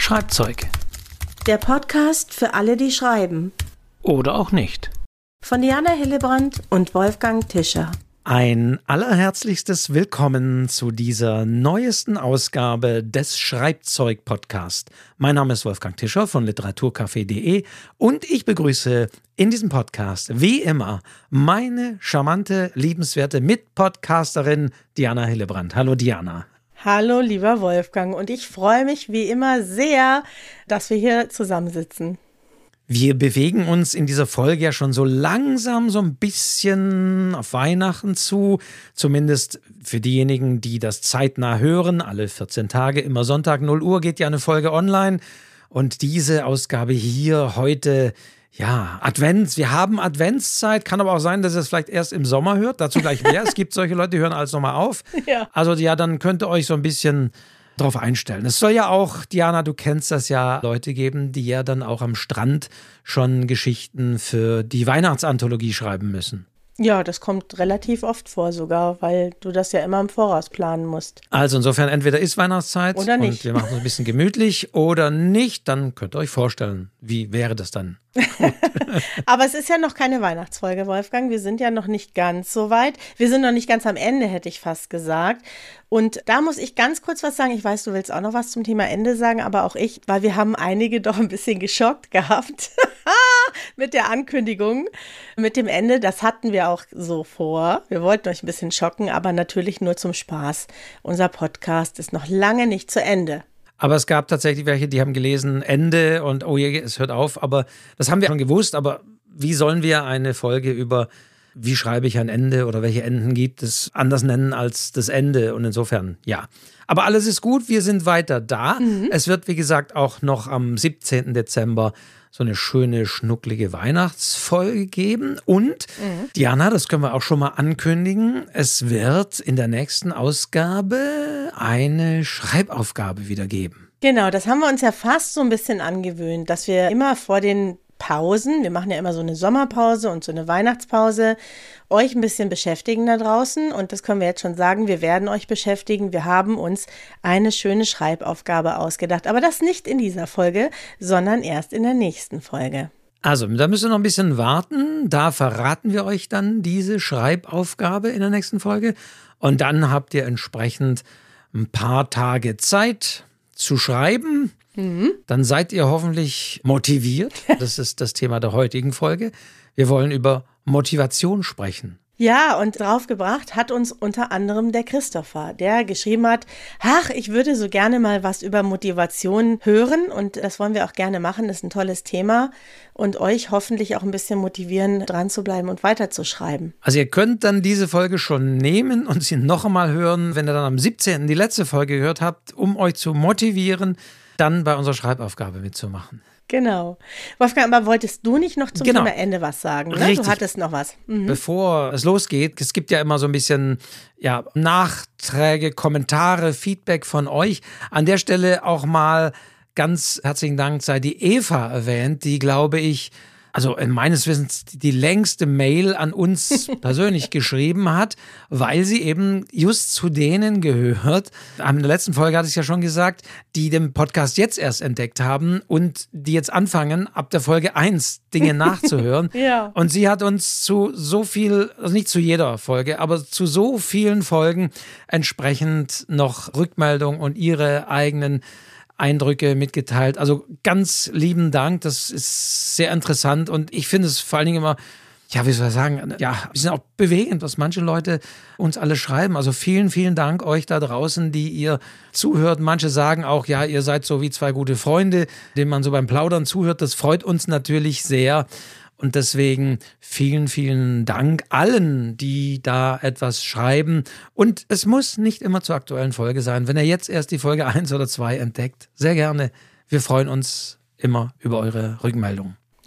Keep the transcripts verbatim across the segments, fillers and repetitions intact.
Schreibzeug. Der Podcast für alle, die schreiben. Oder auch nicht. Von Diana Hillebrand und Wolfgang Tischer. Ein allerherzlichstes Willkommen zu dieser neuesten Ausgabe des Schreibzeug-Podcast. Mein Name ist Wolfgang Tischer von literaturcafé punkt de und ich begrüße in diesem Podcast, wie immer, meine charmante, liebenswerte Mitpodcasterin Diana Hillebrand. Hallo Diana. Hallo lieber Wolfgang, und ich freue mich wie immer sehr, dass wir hier zusammensitzen. Wir bewegen uns in dieser Folge ja schon so langsam so ein bisschen auf Weihnachten zu. Zumindest für diejenigen, die das zeitnah hören. Alle vierzehn Tage, immer Sonntag null Uhr geht ja eine Folge online. Und diese Ausgabe hier heute, ja, Advents. Wir haben Adventszeit. Kann aber auch sein, dass ihr es vielleicht erst im Sommer hört. Dazu gleich mehr. Es gibt solche Leute, die hören alles nochmal auf. Ja. Also ja, dann könnt ihr euch so ein bisschen drauf einstellen. Es soll ja auch, Diana, du kennst das ja, Leute geben, die ja dann auch am Strand schon Geschichten für die Weihnachtsanthologie schreiben müssen. Ja, das kommt relativ oft vor sogar, weil du das ja immer im Voraus planen musst. Also insofern, entweder ist Weihnachtszeit oder nicht. Und wir machen es ein bisschen gemütlich oder nicht, dann könnt ihr euch vorstellen, wie wäre das dann? Aber es ist ja noch keine Weihnachtsfolge, Wolfgang. Wir sind ja noch nicht ganz so weit. Wir sind noch nicht ganz am Ende, hätte ich fast gesagt. Und da muss ich ganz kurz was sagen. Ich weiß, du willst auch noch was zum Thema Ende sagen, aber auch ich, weil wir haben einige doch ein bisschen geschockt gehabt mit der Ankündigung, mit dem Ende. Das hatten wir auch so vor. Wir wollten euch ein bisschen schocken, aber natürlich nur zum Spaß. Unser Podcast ist noch lange nicht zu Ende. Aber es gab tatsächlich welche, die haben gelesen, Ende und oh je, es hört auf. Aber das haben wir schon gewusst. Aber wie sollen wir eine Folge über, wie schreibe ich ein Ende oder welche Enden gibt es, anders nennen als das Ende? Und insofern, ja. Aber alles ist gut, wir sind weiter da. Mhm. Es wird, wie gesagt, auch noch am siebzehnten Dezember so eine schöne, schnucklige Weihnachtsfolge geben. Und, mhm. Diana, das können wir auch schon mal ankündigen, es wird in der nächsten Ausgabe eine Schreibaufgabe wieder geben. Genau, das haben wir uns ja fast so ein bisschen angewöhnt, dass wir immer vor den Pausen, wir machen ja immer so eine Sommerpause und so eine Weihnachtspause, euch ein bisschen beschäftigen da draußen. Und das können wir jetzt schon sagen, wir werden euch beschäftigen. Wir haben uns eine schöne Schreibaufgabe ausgedacht. Aber das nicht in dieser Folge, sondern erst in der nächsten Folge. Also, da müsst ihr noch ein bisschen warten. Da verraten wir euch dann diese Schreibaufgabe in der nächsten Folge. Und dann habt ihr entsprechend ein paar Tage Zeit zu schreiben. Mhm. Dann seid ihr hoffentlich motiviert. Das ist das Thema der heutigen Folge. Wir wollen über Motivation sprechen. Ja, und draufgebracht hat uns unter anderem der Christopher, der geschrieben hat, ach, ich würde so gerne mal was über Motivation hören, und das wollen wir auch gerne machen, das ist ein tolles Thema und euch hoffentlich auch ein bisschen motivieren, dran zu bleiben und weiterzuschreiben. Also ihr könnt dann diese Folge schon nehmen und sie noch einmal hören, wenn ihr dann am siebzehnten die letzte Folge gehört habt, um euch zu motivieren, dann bei unserer Schreibaufgabe mitzumachen. Genau. Wolfgang, aber wolltest du nicht noch zum genau. Thema Ende was sagen? Ne? Richtig. Du hattest noch was. Mhm. Bevor es losgeht, es gibt ja immer so ein bisschen ja, Nachträge, Kommentare, Feedback von euch. An der Stelle auch mal ganz herzlichen Dank sei die Eva erwähnt, die, glaube ich, also meines Wissens die längste Mail an uns persönlich geschrieben hat, weil sie eben just zu denen gehört, in der letzten Folge hatte ich es ja schon gesagt, die den Podcast jetzt erst entdeckt haben und die jetzt anfangen, ab der Folge eins Dinge nachzuhören. Ja. Und sie hat uns zu so viel, also nicht zu jeder Folge, aber zu so vielen Folgen entsprechend noch Rückmeldung und ihre eigenen Eindrücke mitgeteilt. Also ganz lieben Dank, das ist sehr interessant und ich finde es vor allen Dingen immer, ja, wie soll ich sagen, ja, ein bisschen auch bewegend, was manche Leute uns alle schreiben. Also vielen, vielen Dank euch da draußen, die ihr zuhört. Manche sagen auch, ja, ihr seid so wie zwei gute Freunde, denen man so beim Plaudern zuhört. Das freut uns natürlich sehr. Und deswegen vielen, vielen Dank allen, die da etwas schreiben. Und es muss nicht immer zur aktuellen Folge sein. Wenn ihr jetzt erst die Folge eins oder zwei entdeckt, sehr gerne. Wir freuen uns immer über eure Rückmeldung.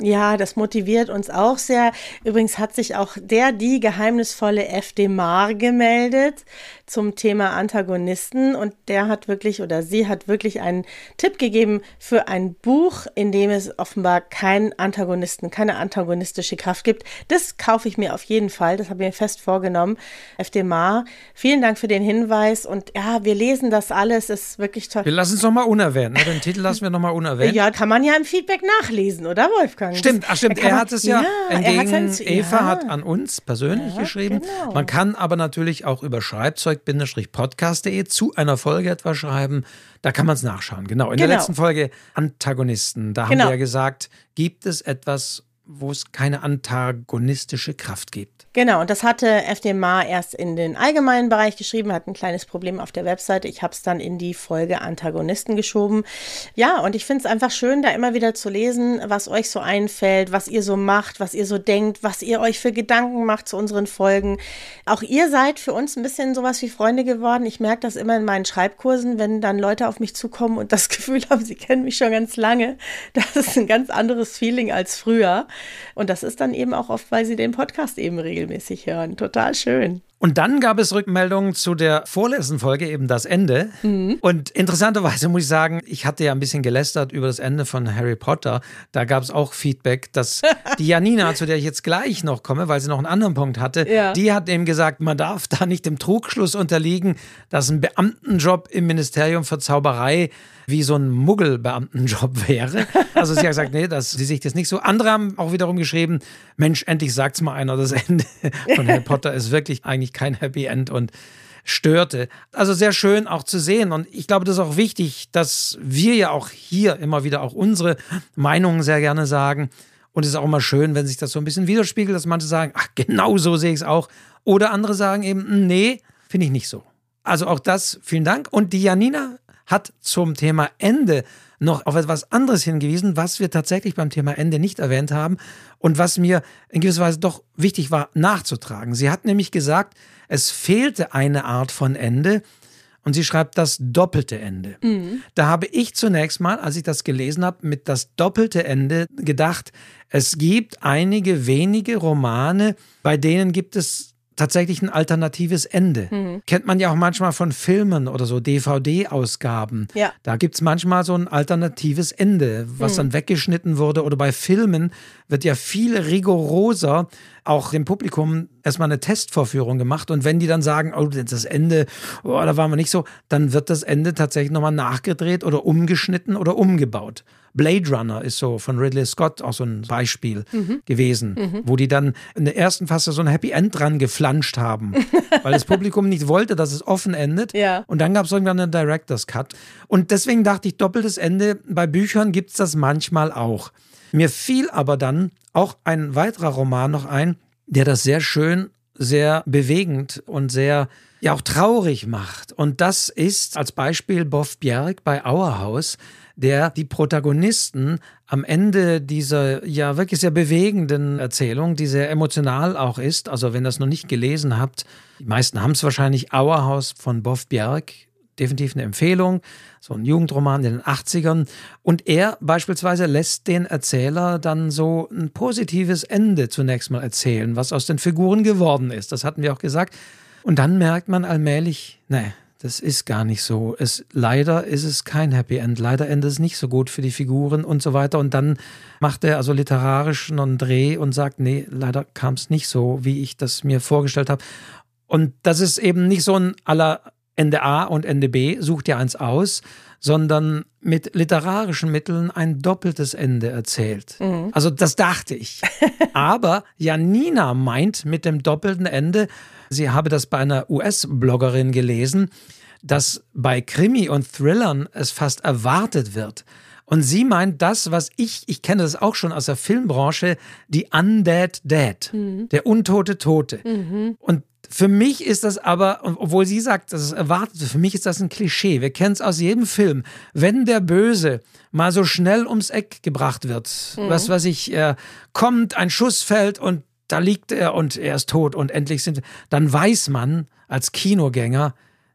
Ja, das motiviert uns auch sehr. Übrigens hat sich auch der, die geheimnisvolle F D Maar gemeldet zum Thema Antagonisten und der hat wirklich oder sie hat wirklich einen Tipp gegeben für ein Buch, in dem es offenbar keinen Antagonisten, keine antagonistische Kraft gibt. Das kaufe ich mir auf jeden Fall, das habe ich mir fest vorgenommen. F D Maar, vielen Dank für den Hinweis und ja, wir lesen das alles, ist wirklich toll. Wir lassen es nochmal unerwähnt, ne? Den Titel lassen wir nochmal unerwähnt. Ja, kann man ja im Feedback nachlesen, oder Wolfgang? Stimmt, ach stimmt, er, er hat es ja, ja entgegen, ja. Eva hat an uns persönlich ja, geschrieben. Genau. Man kann aber natürlich auch über schreibzeug podcast punkt de zu einer Folge etwas schreiben. Da kann man es nachschauen. Genau, in genau. der letzten Folge Antagonisten, da genau. haben wir ja gesagt, gibt es etwas, wo es keine antagonistische Kraft gibt. Genau, und das hatte F D Maar erst in den allgemeinen Bereich geschrieben, hat ein kleines Problem auf der Webseite. Ich habe es dann in die Folge Antagonisten geschoben. Ja, und ich finde es einfach schön, da immer wieder zu lesen, was euch so einfällt, was ihr so macht, was ihr so denkt, was ihr euch für Gedanken macht zu unseren Folgen. Auch ihr seid für uns ein bisschen sowas wie Freunde geworden. Ich merke das immer in meinen Schreibkursen, wenn dann Leute auf mich zukommen und das Gefühl haben, sie kennen mich schon ganz lange. Das ist ein ganz anderes Feeling als früher. Und das ist dann eben auch oft, weil sie den Podcast eben regelmäßig regelmäßig hören. Total schön. Und dann gab es Rückmeldungen zu der vorletzten Folge, eben das Ende. Mhm. Und interessanterweise muss ich sagen, ich hatte ja ein bisschen gelästert über das Ende von Harry Potter. Da gab es auch Feedback, dass die Janina, zu der ich jetzt gleich noch komme, weil sie noch einen anderen Punkt hatte, ja. die hat eben gesagt, man darf da nicht dem Trugschluss unterliegen, dass ein Beamtenjob im Ministerium für Zauberei wie so ein Muggelbeamtenjob wäre. Also sie hat gesagt, nee, das, sie sich das nicht so. Andere haben auch wiederum geschrieben, Mensch, endlich sagt's mal einer, das Ende von Harry Potter ist wirklich eigentlich kein Happy End und störte. Also sehr schön auch zu sehen und ich glaube, das ist auch wichtig, dass wir ja auch hier immer wieder auch unsere Meinungen sehr gerne sagen und es ist auch immer schön, wenn sich das so ein bisschen widerspiegelt, dass manche sagen, ach, genau so sehe ich es auch oder andere sagen eben, nee, finde ich nicht so. Also auch das, vielen Dank und die Janina hat zum Thema Ende noch auf etwas anderes hingewiesen, was wir tatsächlich beim Thema Ende nicht erwähnt haben und was mir in gewisser Weise doch wichtig war nachzutragen. Sie hat nämlich gesagt, es fehlte eine Art von Ende und sie schreibt das doppelte Ende. Mhm. Da habe ich zunächst mal, als ich das gelesen habe, mit das doppelte Ende gedacht, es gibt einige wenige Romane, bei denen gibt es tatsächlich ein alternatives Ende. Mhm. Kennt man ja auch manchmal von Filmen oder so D V D-Ausgaben. Ja. Da gibt es manchmal so ein alternatives Ende, was mhm. dann weggeschnitten wurde. Oder bei Filmen wird ja viel rigoroser auch dem Publikum erstmal eine Testvorführung gemacht. Und wenn die dann sagen, oh, das Ende, oh, da waren wir nicht so, dann wird das Ende tatsächlich nochmal nachgedreht oder umgeschnitten oder umgebaut. Blade Runner ist so von Ridley Scott auch so ein Beispiel mhm. gewesen, mhm. wo die dann in der ersten Phase so ein Happy End dran geflanscht haben, weil das Publikum nicht wollte, dass es offen endet. Ja. Und dann gab es irgendwann einen Director's Cut. Und deswegen dachte ich, doppeltes Ende, bei Büchern gibt es das manchmal auch. Mir fiel aber dann auch ein weiterer Roman noch ein, der das sehr schön, sehr bewegend und sehr ja auch traurig macht. Und das ist als Beispiel Boff Bjerg bei Auerhaus, der die Protagonisten am Ende dieser ja wirklich sehr bewegenden Erzählung, die sehr emotional auch ist, also wenn ihr das noch nicht gelesen habt, die meisten haben es wahrscheinlich, Auerhaus von Boff Bjerg, definitiv eine Empfehlung, so ein Jugendroman in den achtzigern und er beispielsweise lässt den Erzähler dann so ein positives Ende zunächst mal erzählen, was aus den Figuren geworden ist, das hatten wir auch gesagt und dann merkt man allmählich, ne, das ist gar nicht so. Es, leider ist es kein Happy End. Leider endet es nicht so gut für die Figuren und so weiter. Und dann macht er also literarisch noch einen Dreh und sagt, nee, leider kam es nicht so, wie ich das mir vorgestellt habe. Und das ist eben nicht so ein aller Ende A und Ende B, sucht ja eins aus, sondern mit literarischen Mitteln ein doppeltes Ende erzählt. Mhm. Also das dachte ich. Aber Janina meint mit dem doppelten Ende, sie habe das bei einer U S-Bloggerin gelesen, dass bei Krimi und Thrillern es fast erwartet wird. Und sie meint das, was ich, ich kenne das auch schon aus der Filmbranche, die Undead Dead, mhm. der untote Tote. Mhm. Und für mich ist das aber, obwohl sie sagt, dass es erwartet wird, für mich ist das ein Klischee. Wir kennen es aus jedem Film. Wenn der Böse mal so schnell ums Eck gebracht wird, mhm. was weiß ich, er kommt, ein Schuss fällt und da liegt er und er ist tot und endlich sind, dann weiß man als Kinogänger,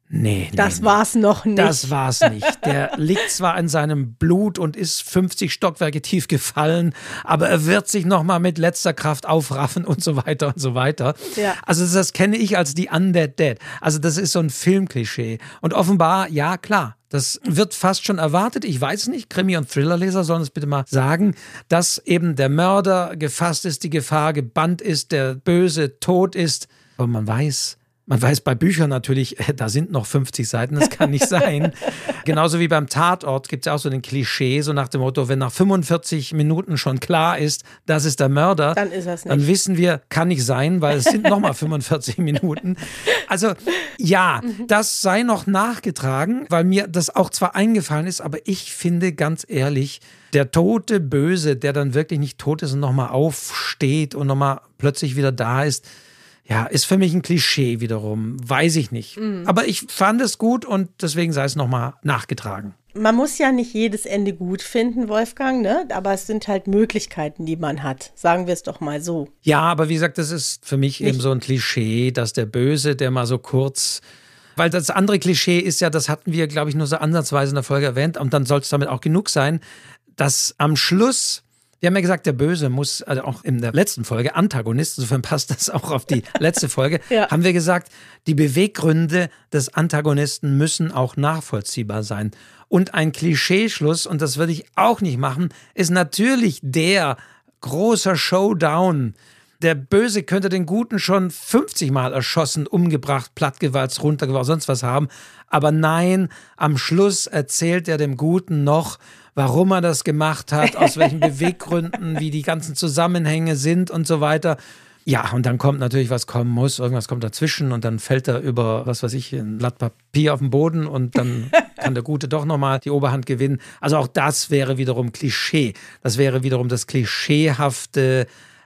Nee, nee. Das war's noch nicht. Das war's nicht. Der liegt zwar in seinem Blut und ist fünfzig Stockwerke tief gefallen, aber er wird sich nochmal mit letzter Kraft aufraffen und so weiter und so weiter. Ja. Also das, das kenne ich als die Undead Dead. Also das ist so ein Filmklischee. Und offenbar, ja klar, das wird fast schon erwartet. Ich weiß nicht, Krimi- und Thrillerleser sollen es bitte mal sagen, dass eben der Mörder gefasst ist, die Gefahr gebannt ist, der Böse tot ist. Aber man weiß... Man weiß bei Büchern natürlich, da sind noch fünfzig Seiten, das kann nicht sein. Genauso wie beim Tatort gibt es auch so ein Klischee, so nach dem Motto, wenn nach fünfundvierzig Minuten schon klar ist, das ist der Mörder, dann ist es nicht. Dann wissen wir, kann nicht sein, weil es sind nochmal fünfundvierzig Minuten. Also ja, mhm. das sei noch nachgetragen, weil mir das auch zwar eingefallen ist, aber ich finde ganz ehrlich, der tote Böse, der dann wirklich nicht tot ist und nochmal aufsteht und nochmal plötzlich wieder da ist, ja, ist für mich ein Klischee wiederum, weiß ich nicht. Mhm. Aber ich fand es gut und deswegen sei es nochmal nachgetragen. Man muss ja nicht jedes Ende gut finden, Wolfgang, ne? Aber es sind halt Möglichkeiten, die man hat. Sagen wir es doch mal so. Ja, aber wie gesagt, das ist für mich nicht eben so ein Klischee, dass der Böse, der mal so kurz... Weil das andere Klischee ist ja, das hatten wir, glaube ich, nur so ansatzweise in der Folge erwähnt und dann soll es damit auch genug sein, dass am Schluss... Wir haben ja gesagt, der Böse muss, also auch in der letzten Folge, Antagonist, insofern passt das auch auf die letzte Folge, ja. haben wir gesagt, die Beweggründe des Antagonisten müssen auch nachvollziehbar sein. Und ein Klischeeschluss, und das würde ich auch nicht machen, ist natürlich der große Showdown. Der Böse könnte den Guten schon fünfzig Mal erschossen, umgebracht, plattgewalzt, runtergeworfen, sonst was haben. Aber nein, am Schluss erzählt er dem Guten noch, warum er das gemacht hat, aus welchen Beweggründen, wie die ganzen Zusammenhänge sind und so weiter. Ja, und dann kommt natürlich, was kommen muss, irgendwas kommt dazwischen und dann fällt er über, was weiß ich, ein Blatt Papier auf den Boden und dann kann der Gute doch nochmal die Oberhand gewinnen. Also auch das wäre wiederum Klischee. Das wäre wiederum das klischeehafte,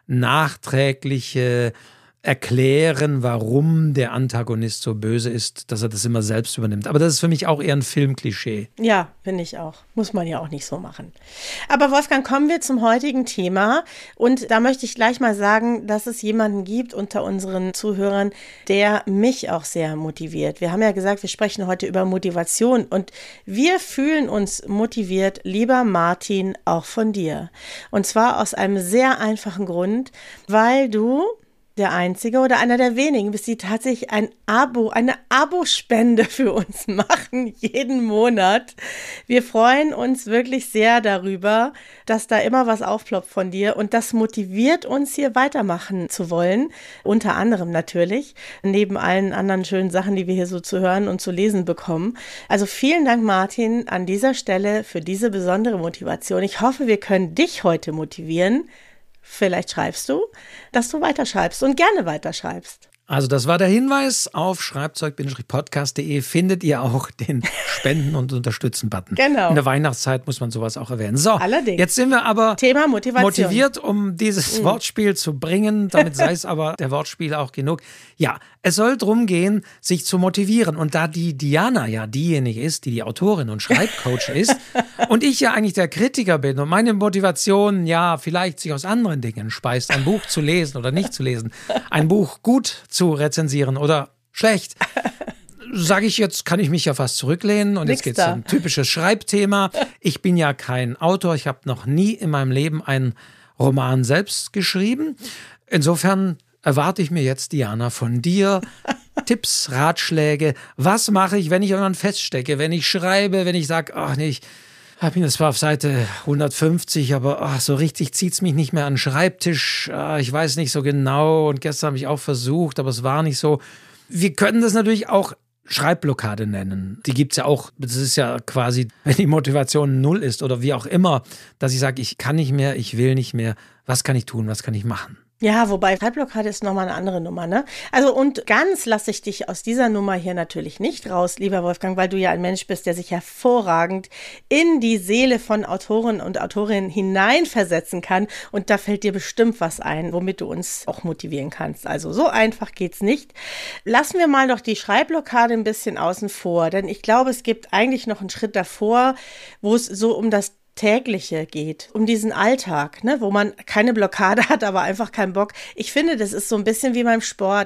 nachträgliche Erklären, warum der Antagonist so böse ist, dass er das immer selbst übernimmt. Aber das ist für mich auch eher ein Filmklischee. Ja, finde ich auch. Muss man ja auch nicht so machen. Aber Wolfgang, kommen wir zum heutigen Thema. Und da möchte ich gleich mal sagen, dass es jemanden gibt unter unseren Zuhörern, der mich auch sehr motiviert. Wir haben ja gesagt, wir sprechen heute über Motivation. Und wir fühlen uns motiviert, lieber Martin, auch von dir. Und zwar aus einem sehr einfachen Grund, weil du der Einzige oder einer der wenigen bist, die tatsächlich ein Abo, eine Abospende für uns machen, jeden Monat. Wir freuen uns wirklich sehr darüber, dass da immer was aufploppt von dir und das motiviert uns, hier weitermachen zu wollen. Unter anderem natürlich, neben allen anderen schönen Sachen, die wir hier so zu hören und zu lesen bekommen. Also vielen Dank, Martin, an dieser Stelle für diese besondere Motivation. Ich hoffe, wir können dich heute motivieren. Vielleicht schreibst du, dass du weiterschreibst und gerne weiterschreibst. Also das war der Hinweis. Auf schreibzeug Podcast punkt de findet ihr auch den Spenden- und Unterstützen-Button. Genau. In der Weihnachtszeit muss man sowas auch erwähnen. So, allerdings. Jetzt sind wir aber Thema Motivation. motiviert, um dieses mhm. Wortspiel zu bringen. Damit sei es aber der Wortspiel auch genug. Ja, es soll darum gehen, sich zu motivieren. Und da die Diana ja diejenige ist, die die Autorin und Schreibcoach ist und ich ja eigentlich der Kritiker bin und meine Motivation ja vielleicht sich aus anderen Dingen speist, ein Buch zu lesen oder nicht zu lesen, ein Buch gut zu zu rezensieren oder schlecht, sage ich jetzt, kann ich mich ja fast zurücklehnen und jetzt geht es um ein typisches Schreibthema. Ich bin ja kein Autor, ich habe noch nie in meinem Leben einen Roman selbst geschrieben. Insofern erwarte ich mir jetzt, Diana, von dir Tipps, Ratschläge. Was mache ich, wenn ich irgendwann feststecke, wenn ich schreibe, wenn ich sage, ach nee, ich Ich bin jetzt zwar auf Seite hundertfünfzig, aber ach, so richtig zieht es mich nicht mehr an den Schreibtisch. Ah, ich weiß nicht so genau und gestern habe ich auch versucht, aber es war nicht so. Wir können das natürlich auch Schreibblockade nennen. Die gibt es ja auch, das ist ja quasi, wenn die Motivation null ist oder wie auch immer, dass ich sage, ich kann nicht mehr, ich will nicht mehr. Was kann ich tun, was kann ich machen? Ja, wobei Schreibblockade ist nochmal eine andere Nummer, ne? Also und ganz lasse ich dich aus dieser Nummer hier natürlich nicht raus, lieber Wolfgang, weil du ja ein Mensch bist, der sich hervorragend in die Seele von Autoren und Autorinnen hineinversetzen kann und da fällt dir bestimmt was ein, womit du uns auch motivieren kannst. Also so einfach geht's nicht. Lassen wir mal doch die Schreibblockade ein bisschen außen vor, denn ich glaube, es gibt eigentlich noch einen Schritt davor, wo es so um das Tägliche geht, um diesen Alltag, ne, wo man keine Blockade hat, aber einfach keinen Bock. Ich finde, das ist so ein bisschen wie beim Sport.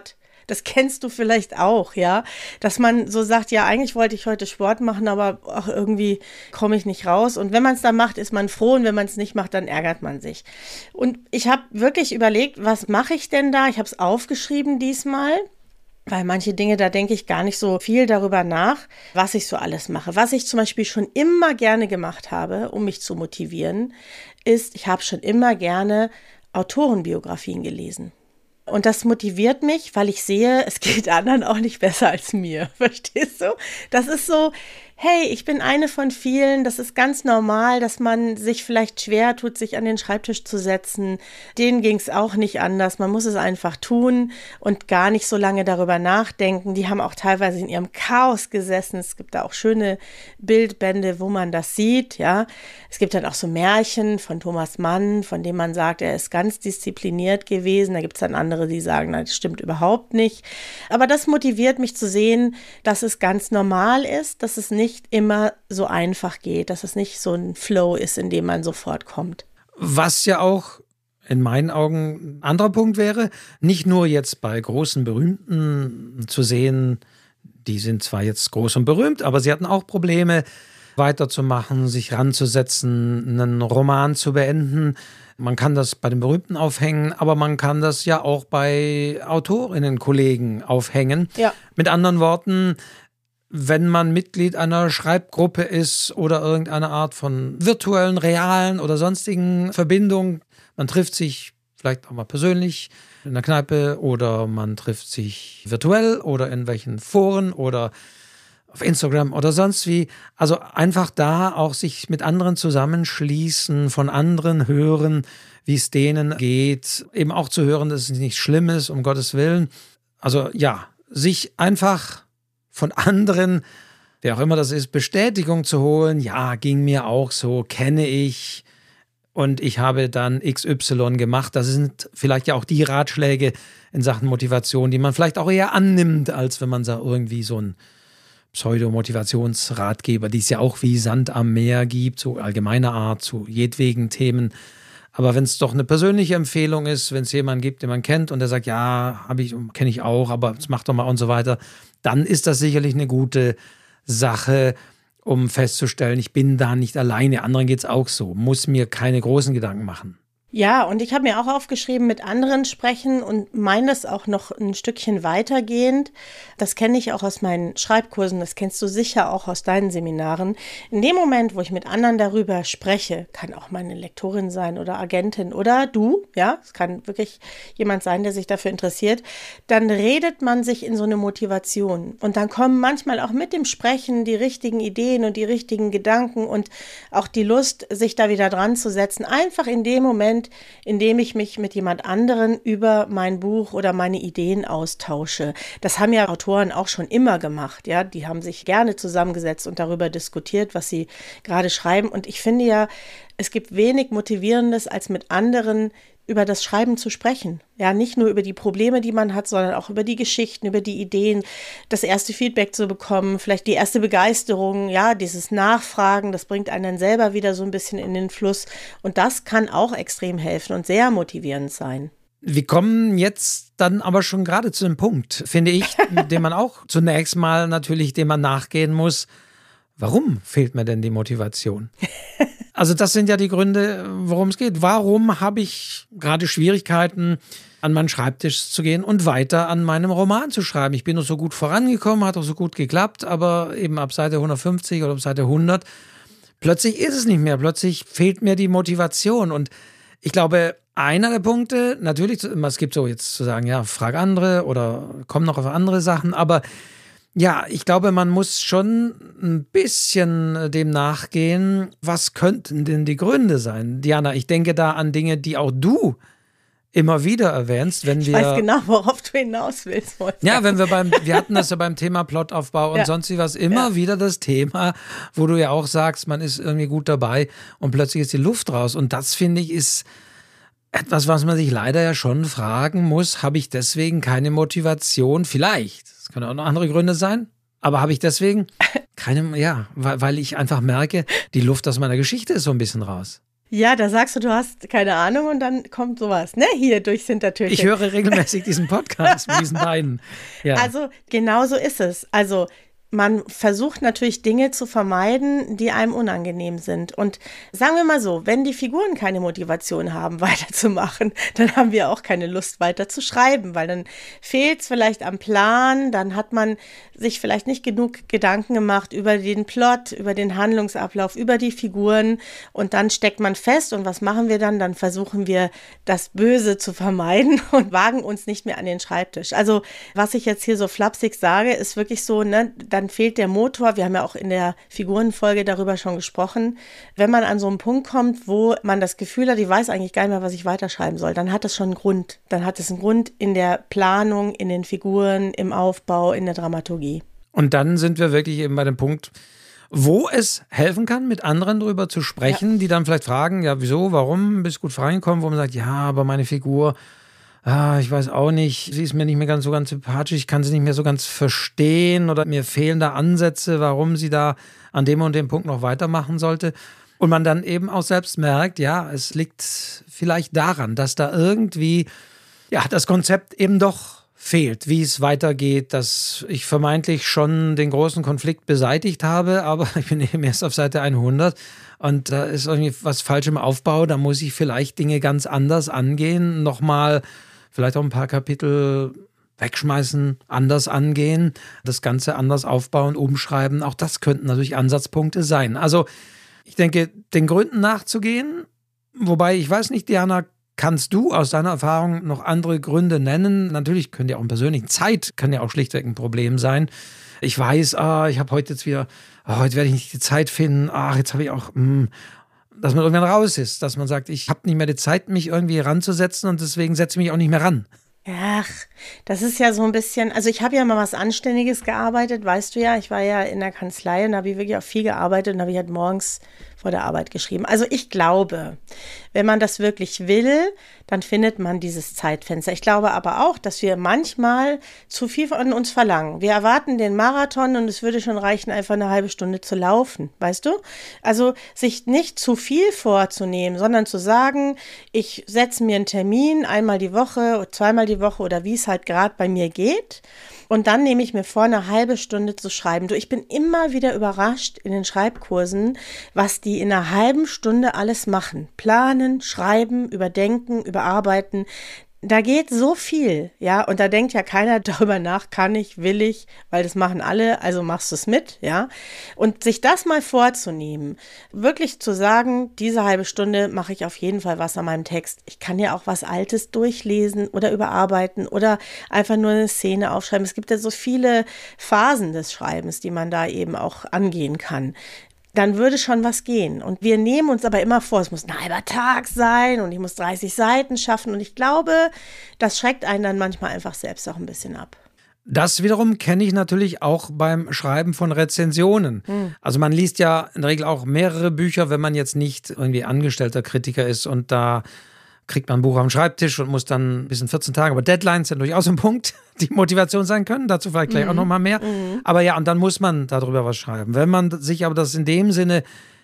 Das kennst du vielleicht auch, ja, dass man so sagt, ja, eigentlich wollte ich heute Sport machen, aber ach, irgendwie komme ich nicht raus. Und wenn man es dann macht, ist man froh und wenn man es nicht macht, dann ärgert man sich. Und ich habe wirklich überlegt, was mache ich denn da? Ich habe es aufgeschrieben diesmal. Weil manche Dinge, da denke ich gar nicht so viel darüber nach, was ich so alles mache. Was ich zum Beispiel schon immer gerne gemacht habe, um mich zu motivieren, ist, ich habe schon immer gerne Autorenbiografien gelesen. Und das motiviert mich, weil ich sehe, es geht anderen auch nicht besser als mir. Verstehst du? Das ist so, hey, ich bin eine von vielen, das ist ganz normal, dass man sich vielleicht schwer tut, sich an den Schreibtisch zu setzen. Denen ging es auch nicht anders. Man muss es einfach tun und gar nicht so lange darüber nachdenken. Die haben auch teilweise in ihrem Chaos gesessen. Es gibt da auch schöne Bildbände, wo man das sieht, ja. Es gibt dann auch so Märchen von Thomas Mann, von dem man sagt, er ist ganz diszipliniert gewesen. Da gibt es dann andere, die sagen, nein, das stimmt überhaupt nicht. Aber das motiviert mich zu sehen, dass es ganz normal ist, dass es nicht nicht immer so einfach geht, dass es nicht so ein Flow ist, in dem man sofort kommt. Was ja auch in meinen Augen ein anderer Punkt wäre, nicht nur jetzt bei großen Berühmten zu sehen, die sind zwar jetzt groß und berühmt, aber sie hatten auch Probleme, weiterzumachen, sich ranzusetzen, einen Roman zu beenden. Man kann das bei den Berühmten aufhängen, aber man kann das ja auch bei Autorinnen, Kollegen aufhängen. Ja. Mit anderen Worten, wenn man Mitglied einer Schreibgruppe ist oder irgendeine Art von virtuellen, realen oder sonstigen Verbindung, man trifft sich vielleicht auch mal persönlich in der Kneipe oder man trifft sich virtuell oder in welchen Foren oder auf Instagram oder sonst wie. Also einfach da auch sich mit anderen zusammenschließen, von anderen hören, wie es denen geht. Eben auch zu hören, dass es nicht schlimm ist, um Gottes Willen. Also ja, sich einfach von anderen, wer auch immer das ist, Bestätigung zu holen. Ja, ging mir auch so, kenne ich und ich habe dann X Y gemacht. Das sind vielleicht ja auch die Ratschläge in Sachen Motivation, die man vielleicht auch eher annimmt, als wenn man da irgendwie so ein Pseudo-Motivationsratgeber, die es ja auch wie Sand am Meer gibt, so allgemeiner Art, zu jedwegen Themen. Aber wenn es doch eine persönliche Empfehlung ist, wenn es jemanden gibt, den man kennt und der sagt, ja, habe ich, kenne ich auch, aber das macht doch mal und so weiter, dann ist das sicherlich eine gute Sache, um festzustellen, ich bin da nicht alleine. Anderen geht es auch so. Muss mir keine großen Gedanken machen. Ja, und ich habe mir auch aufgeschrieben, mit anderen sprechen und meine es auch noch ein Stückchen weitergehend. Das kenne ich auch aus meinen Schreibkursen, das kennst du sicher auch aus deinen Seminaren. In dem Moment, wo ich mit anderen darüber spreche, kann auch meine Lektorin sein oder Agentin oder du, ja, es kann wirklich jemand sein, der sich dafür interessiert, dann redet man sich in so eine Motivation. Und dann kommen manchmal auch mit dem Sprechen die richtigen Ideen und die richtigen Gedanken und auch die Lust, sich da wieder dran zu setzen. Einfach in dem Moment, indem ich mich mit jemand anderen über mein Buch oder meine Ideen austausche. Das haben ja Autoren auch schon immer gemacht, ja, die haben sich gerne zusammengesetzt und darüber diskutiert, was sie gerade schreiben. Und ich finde ja, es gibt wenig Motivierendes, als mit anderen über das Schreiben zu sprechen. Ja, nicht nur über die Probleme, die man hat, sondern auch über die Geschichten, über die Ideen, das erste Feedback zu bekommen, vielleicht die erste Begeisterung, ja, dieses Nachfragen, das bringt einen dann selber wieder so ein bisschen in den Fluss. Und das kann auch extrem helfen und sehr motivierend sein. Wir kommen jetzt dann aber schon gerade zu dem Punkt, finde ich, dem man auch zunächst mal natürlich, dem man nachgehen muss. Warum fehlt mir denn die Motivation? Also das sind ja die Gründe, worum es geht. Warum habe ich gerade Schwierigkeiten, an meinen Schreibtisch zu gehen und weiter an meinem Roman zu schreiben? Ich bin noch so gut vorangekommen, hat auch so gut geklappt, aber eben ab Seite hundertfünfzig oder ab Seite hundert, plötzlich ist es nicht mehr. Plötzlich fehlt mir die Motivation. Und ich glaube, einer der Punkte, natürlich, es gibt so jetzt zu sagen, ja, frag andere oder komm noch auf andere Sachen, aber ja, ich glaube, man muss schon ein bisschen dem nachgehen, was könnten denn die Gründe sein? Diana, ich denke da an Dinge, die auch du immer wieder erwähnst, wenn wir... Ich weiß genau, worauf du hinaus willst. Wolfgang. Ja, wenn wir beim, wir hatten das ja beim Thema Plotaufbau und ja. sonst was, immer ja. wieder das Thema, wo du ja auch sagst, man ist irgendwie gut dabei und plötzlich ist die Luft raus. Und das, finde ich, ist etwas, was man sich leider ja schon fragen muss, habe ich deswegen keine Motivation? Vielleicht. Das können auch noch andere Gründe sein. Aber habe ich deswegen keine, ja, weil, weil ich einfach merke, die Luft aus meiner Geschichte ist so ein bisschen raus. Ja, da sagst du, du hast keine Ahnung und dann kommt sowas, ne? Hier durchs Hintertürchen. Ich höre regelmäßig diesen Podcast mit diesen beiden. Ja. Also genau so ist es. Also man versucht natürlich Dinge zu vermeiden, die einem unangenehm sind. Und sagen wir mal so, wenn die Figuren keine Motivation haben, weiterzumachen, dann haben wir auch keine Lust, weiter zu schreiben, weil dann fehlt es vielleicht am Plan, dann hat man sich vielleicht nicht genug Gedanken gemacht über den Plot, über den Handlungsablauf, über die Figuren und dann steckt man fest und was machen wir dann? Dann versuchen wir, das Böse zu vermeiden und wagen uns nicht mehr an den Schreibtisch. Also was ich jetzt hier so flapsig sage, ist wirklich so, ne, dann fehlt der Motor. Wir haben ja auch in der Figurenfolge darüber schon gesprochen. Wenn man an so einen Punkt kommt, wo man das Gefühl hat, ich weiß eigentlich gar nicht mehr, was ich weiterschreiben soll, dann hat das schon einen Grund. Dann hat es einen Grund in der Planung, in den Figuren, im Aufbau, in der Dramaturgie. Und dann sind wir wirklich eben bei dem Punkt, wo es helfen kann, mit anderen drüber zu sprechen, ja. Die dann vielleicht fragen, ja, wieso, warum, bist du gut reingekommen, wo man sagt, ja, aber meine Figur, ah, ich weiß auch nicht, sie ist mir nicht mehr ganz so ganz sympathisch, ich kann sie nicht mehr so ganz verstehen oder mir fehlen da Ansätze, warum sie da an dem und dem Punkt noch weitermachen sollte. Und man dann eben auch selbst merkt, ja, es liegt vielleicht daran, dass da irgendwie, ja, das Konzept eben doch fehlt, wie es weitergeht, dass ich vermeintlich schon den großen Konflikt beseitigt habe, aber ich bin eben erst auf Seite hundert und da ist irgendwie was falsch im Aufbau, da muss ich vielleicht Dinge ganz anders angehen, nochmal vielleicht auch ein paar Kapitel wegschmeißen, anders angehen, das Ganze anders aufbauen, umschreiben, auch das könnten natürlich Ansatzpunkte sein. Also ich denke, den Gründen nachzugehen, wobei ich weiß nicht, Diana, kannst du aus deiner Erfahrung noch andere Gründe nennen? Natürlich können ja auch in persönlichen Zeit, kann ja auch schlichtweg ein Problem sein. Ich weiß, ah, ich habe heute jetzt wieder, ah, heute werde ich nicht die Zeit finden, ach, jetzt habe ich auch, mh, dass man irgendwann raus ist, dass man sagt, ich habe nicht mehr die Zeit, mich irgendwie ranzusetzen und deswegen setze ich mich auch nicht mehr ran. Ach, das ist ja so ein bisschen, also ich habe ja mal was Anständiges gearbeitet, weißt du ja, ich war ja in der Kanzlei und da habe ich wirklich auch viel gearbeitet und habe ich halt morgens vor der Arbeit geschrieben. Also ich glaube, wenn man das wirklich will, dann findet man dieses Zeitfenster. Ich glaube aber auch, dass wir manchmal zu viel von uns verlangen. Wir erwarten den Marathon und es würde schon reichen, einfach eine halbe Stunde zu laufen, weißt du? Also sich nicht zu viel vorzunehmen, sondern zu sagen, ich setze mir einen Termin einmal die Woche, zweimal die Woche oder wie es halt gerade bei mir geht. Und dann nehme ich mir vor, eine halbe Stunde zu schreiben. Du, ich bin immer wieder überrascht in den Schreibkursen, was die in einer halben Stunde alles machen. Planen, schreiben, überdenken, überarbeiten. Da geht so viel, ja, und da denkt ja keiner darüber nach, kann ich, will ich, weil das machen alle, also machst du es mit, ja. Und sich das mal vorzunehmen, wirklich zu sagen, diese halbe Stunde mache ich auf jeden Fall was an meinem Text. Ich kann ja auch was Altes durchlesen oder überarbeiten oder einfach nur eine Szene aufschreiben. Es gibt ja so viele Phasen des Schreibens, die man da eben auch angehen kann. Dann würde schon was gehen. Und wir nehmen uns aber immer vor, es muss ein halber Tag sein und ich muss dreißig Seiten schaffen. Und ich glaube, das schreckt einen dann manchmal einfach selbst auch ein bisschen ab. Das wiederum kenne ich natürlich auch beim Schreiben von Rezensionen. Hm. Also man liest ja in der Regel auch mehrere Bücher, wenn man jetzt nicht irgendwie angestellter Kritiker ist und da kriegt man ein Buch am Schreibtisch und muss dann bis in vierzehn Tage, aber Deadlines sind durchaus ein Punkt, die Motivation sein können, dazu vielleicht gleich mhm. auch nochmal mehr. Mhm. Aber ja, und dann muss man darüber was schreiben. Wenn man sich aber das in dem Sinne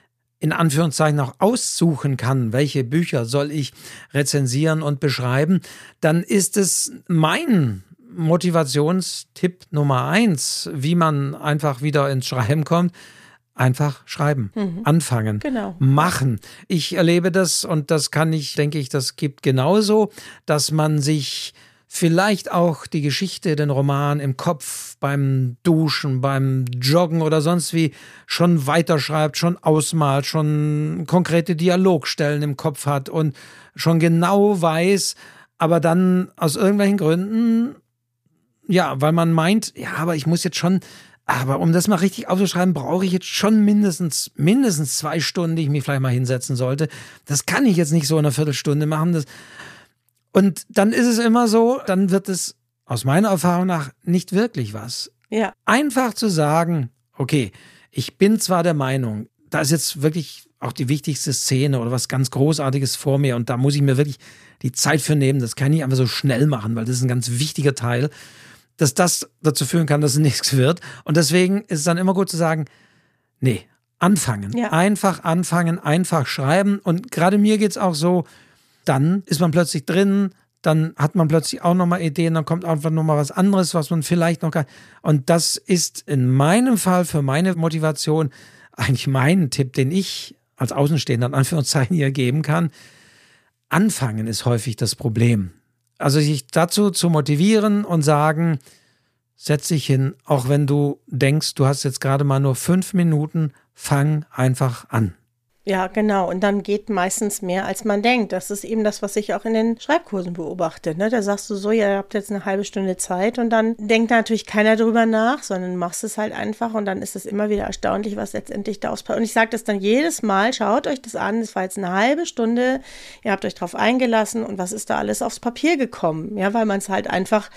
in Anführungszeichen auch aussuchen kann, welche Bücher soll ich rezensieren und beschreiben, dann ist es mein Motivationstipp Nummer eins, wie man einfach wieder ins Schreiben kommt. Einfach schreiben, mhm. anfangen, genau. machen. Ich erlebe das und das kann ich, denke ich, das gibt genauso, dass man sich vielleicht auch die Geschichte, den Roman im Kopf beim Duschen, beim Joggen oder sonst wie schon weiterschreibt, schon ausmalt, schon konkrete Dialogstellen im Kopf hat und schon genau weiß, aber dann aus irgendwelchen Gründen, ja, weil man meint, ja, aber ich muss jetzt schon Aber um das mal richtig aufzuschreiben, brauche ich jetzt schon mindestens, mindestens zwei Stunden, die ich mich vielleicht mal hinsetzen sollte. Das kann ich jetzt nicht so in einer Viertelstunde machen. Das Und dann ist es immer so, dann wird es aus meiner Erfahrung nach nicht wirklich was. Ja. Einfach zu sagen, okay, ich bin zwar der Meinung, da ist jetzt wirklich auch die wichtigste Szene oder was ganz Großartiges vor mir und da muss ich mir wirklich die Zeit für nehmen. Das kann ich nicht einfach so schnell machen, weil das ist ein ganz wichtiger Teil, dass das dazu führen kann, dass es nichts wird. Und deswegen ist es dann immer gut zu sagen, nee, anfangen. Ja. Einfach anfangen, einfach schreiben. Und gerade mir geht es auch so, dann ist man plötzlich drin, dann hat man plötzlich auch nochmal Ideen, dann kommt einfach nochmal was anderes, was man vielleicht noch kann. Und das ist in meinem Fall für meine Motivation eigentlich mein Tipp, den ich als Außenstehender in Anführungszeichen hier geben kann. Anfangen ist häufig das Problem. Also sich dazu zu motivieren und sagen, setz dich hin, auch wenn du denkst, du hast jetzt gerade mal nur fünf Minuten, fang einfach an. Ja, genau. Und dann geht meistens mehr, als man denkt. Das ist eben das, was ich auch in den Schreibkursen beobachte. Ne? Da sagst du so, ja, ihr habt jetzt eine halbe Stunde Zeit und dann denkt natürlich keiner drüber nach, sondern machst es halt einfach und dann ist es immer wieder erstaunlich, was letztendlich da auspasst. Und ich sage das dann jedes Mal, schaut euch das an, es war jetzt eine halbe Stunde, ihr habt euch drauf eingelassen und was ist da alles aufs Papier gekommen? Ja, weil man es halt einfach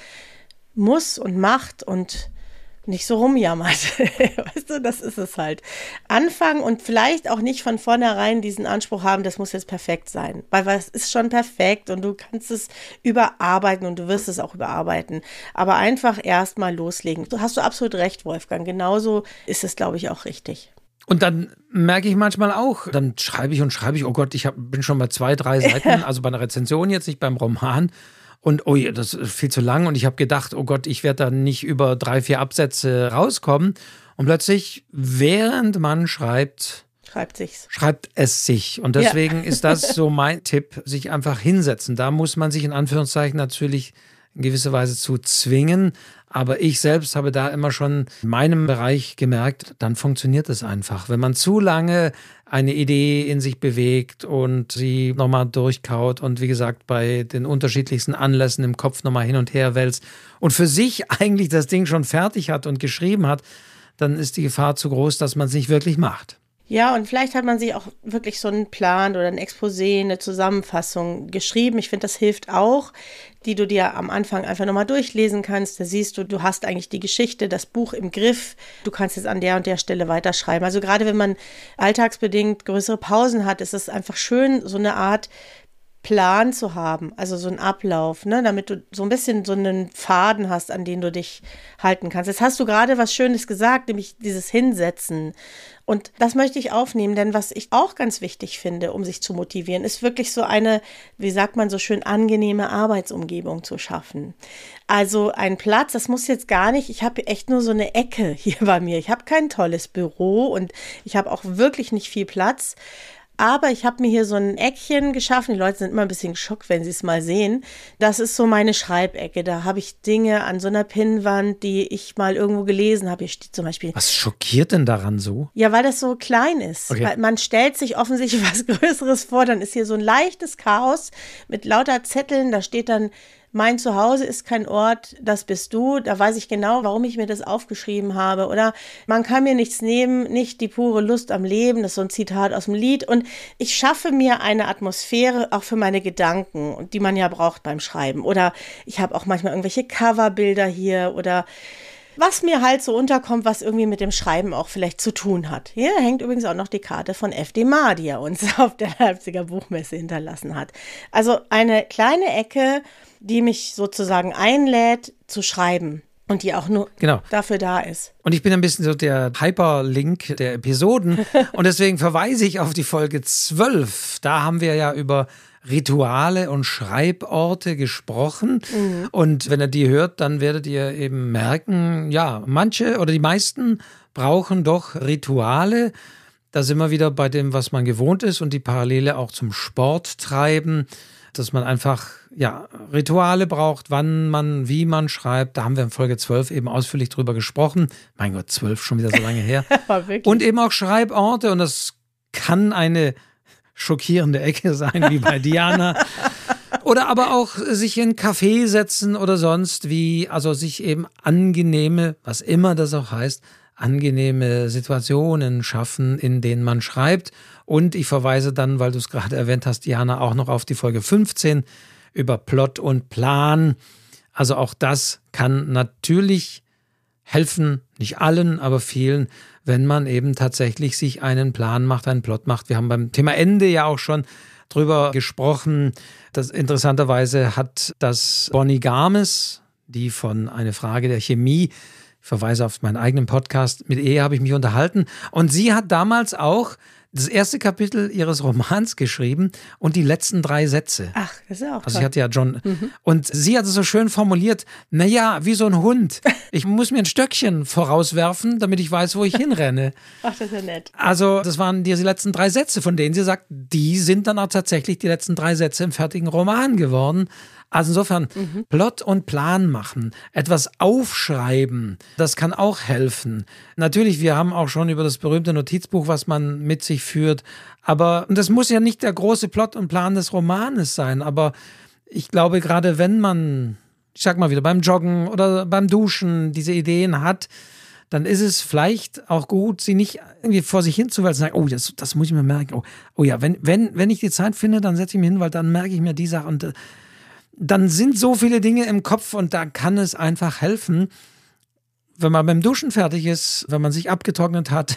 muss und macht und nicht so rumjammert. Weißt du, das ist es halt. Anfangen und vielleicht auch nicht von vornherein diesen Anspruch haben, das muss jetzt perfekt sein. Weil es ist schon perfekt und du kannst es überarbeiten und du wirst es auch überarbeiten. Aber einfach erst mal loslegen. Du hast du absolut recht, Wolfgang. Genauso ist es, glaube ich, auch richtig. Und dann merke ich manchmal auch, dann schreibe ich und schreibe ich, oh Gott, ich hab, bin schon bei zwei, drei Seiten, also bei einer Rezension jetzt, nicht beim Roman. Und oh, das ist viel zu lang und ich habe gedacht, oh Gott, ich werde da nicht über drei, vier Absätze rauskommen. Und plötzlich, während man schreibt, schreibt sich's. Schreibt es sich. Und deswegen ja. ist das so mein Tipp, sich einfach hinsetzen. Da muss man sich in Anführungszeichen natürlich in gewisser Weise zu zwingen. Aber ich selbst habe da immer schon in meinem Bereich gemerkt, dann funktioniert es einfach. Wenn man zu lange eine Idee in sich bewegt und sie nochmal durchkaut und wie gesagt bei den unterschiedlichsten Anlässen im Kopf nochmal hin und her wälzt und für sich eigentlich das Ding schon fertig hat und geschrieben hat, dann ist die Gefahr zu groß, dass man es nicht wirklich macht. Ja, und vielleicht hat man sich auch wirklich so einen Plan oder ein Exposé, eine Zusammenfassung geschrieben. Ich finde, das hilft auch, die du dir am Anfang einfach nochmal durchlesen kannst. Da siehst du, du hast eigentlich die Geschichte, das Buch im Griff. Du kannst jetzt an der und der Stelle weiterschreiben. Also gerade wenn man alltagsbedingt größere Pausen hat, ist es einfach schön, so eine Art Plan zu haben, also so einen Ablauf, ne, damit du so ein bisschen so einen Faden hast, an den du dich halten kannst. Jetzt hast du gerade was Schönes gesagt, nämlich dieses Hinsetzen. Und das möchte ich aufnehmen, denn was ich auch ganz wichtig finde, um sich zu motivieren, ist wirklich so eine, wie sagt man so schön, angenehme Arbeitsumgebung zu schaffen. Also ein Platz, das muss jetzt gar nicht, ich habe echt nur so eine Ecke hier bei mir. Ich habe kein tolles Büro und ich habe auch wirklich nicht viel Platz. Aber ich habe mir hier so ein Eckchen geschaffen. Die Leute sind immer ein bisschen geschockt, wenn sie es mal sehen. Das ist so meine Schreibecke. Da habe ich Dinge an so einer Pinnwand, die ich mal irgendwo gelesen habe. Hier steht zum Beispiel. Was schockiert denn daran so? Ja, weil das so klein ist. Okay. Weil man stellt sich offensichtlich was Größeres vor. Dann ist hier so ein leichtes Chaos mit lauter Zetteln. Da steht dann: Mein Zuhause ist kein Ort, das bist du. Da weiß ich genau, warum ich mir das aufgeschrieben habe. Oder man kann mir nichts nehmen, nicht die pure Lust am Leben. Das ist so ein Zitat aus dem Lied. Und ich schaffe mir eine Atmosphäre auch für meine Gedanken, die man ja braucht beim Schreiben. Oder ich habe auch manchmal irgendwelche Coverbilder hier oder was mir halt so unterkommt, was irgendwie mit dem Schreiben auch vielleicht zu tun hat. Hier hängt übrigens auch noch die Karte von F D Maar, die er uns auf der Leipziger Buchmesse hinterlassen hat. Also eine kleine Ecke, die mich sozusagen einlädt zu schreiben und die auch nur genau. dafür da ist. Und ich bin ein bisschen so der Hyperlink der Episoden und deswegen verweise ich auf die Folge zwölf. Da haben wir ja über Rituale und Schreiborte gesprochen. Mhm. Und wenn ihr die hört, dann werdet ihr eben merken, ja, manche oder die meisten brauchen doch Rituale. Da sind wir wieder bei dem, was man gewohnt ist und die Parallele auch zum Sport treiben, dass man einfach ja Rituale braucht, wann man, wie man schreibt. Da haben wir in Folge zwölf eben ausführlich drüber gesprochen. Mein Gott, zwölf, schon wieder so lange her. Und eben auch Schreiborte und das kann eine schockierende Ecke sein, wie bei Diana. Oder aber auch sich in einen Café setzen oder sonst wie, also sich eben angenehme, was immer das auch heißt, angenehme Situationen schaffen, in denen man schreibt. Und ich verweise dann, weil du es gerade erwähnt hast, Diana, auch noch auf die Folge fünfzehn über Plot und Plan. Also auch das kann natürlich helfen, nicht allen, aber vielen, wenn man eben tatsächlich sich einen Plan macht, einen Plot macht. Wir haben beim Thema Ende ja auch schon drüber gesprochen. Das interessanterweise hat das Bonnie Garmes, die von Eine Frage der Chemie, Ich verweise auf meinen eigenen Podcast. Mit Ehe habe ich mich unterhalten. Und sie hat damals auch das erste Kapitel ihres Romans geschrieben und die letzten drei Sätze. Ach, das ist ja auch Also toll. ich hatte ja John. Mhm. Und sie hat es so schön formuliert, naja, wie so ein Hund. Ich muss mir ein Stöckchen vorauswerfen, damit ich weiß, wo ich hinrenne. Ach, das ist ja nett. Also das waren die letzten drei Sätze, von denen sie sagt, die sind dann auch tatsächlich die letzten drei Sätze im fertigen Roman geworden. Also insofern, mhm. Plot und Plan machen, etwas aufschreiben, das kann auch helfen. Natürlich, wir haben auch schon über das berühmte Notizbuch, was man mit sich führt, aber das muss ja nicht der große Plot und Plan des Romanes sein, aber ich glaube, gerade wenn man, ich sag mal wieder, beim Joggen oder beim Duschen diese Ideen hat, dann ist es vielleicht auch gut, sie nicht irgendwie vor sich hinzuwälzen und sagen, oh, das, das muss ich mir merken. Oh, oh ja, wenn, wenn, wenn ich die Zeit finde, dann setze ich mich hin, weil dann merke ich mir die Sache und dann sind so viele Dinge im Kopf und da kann es einfach helfen, wenn man beim Duschen fertig ist, wenn man sich abgetrocknet hat,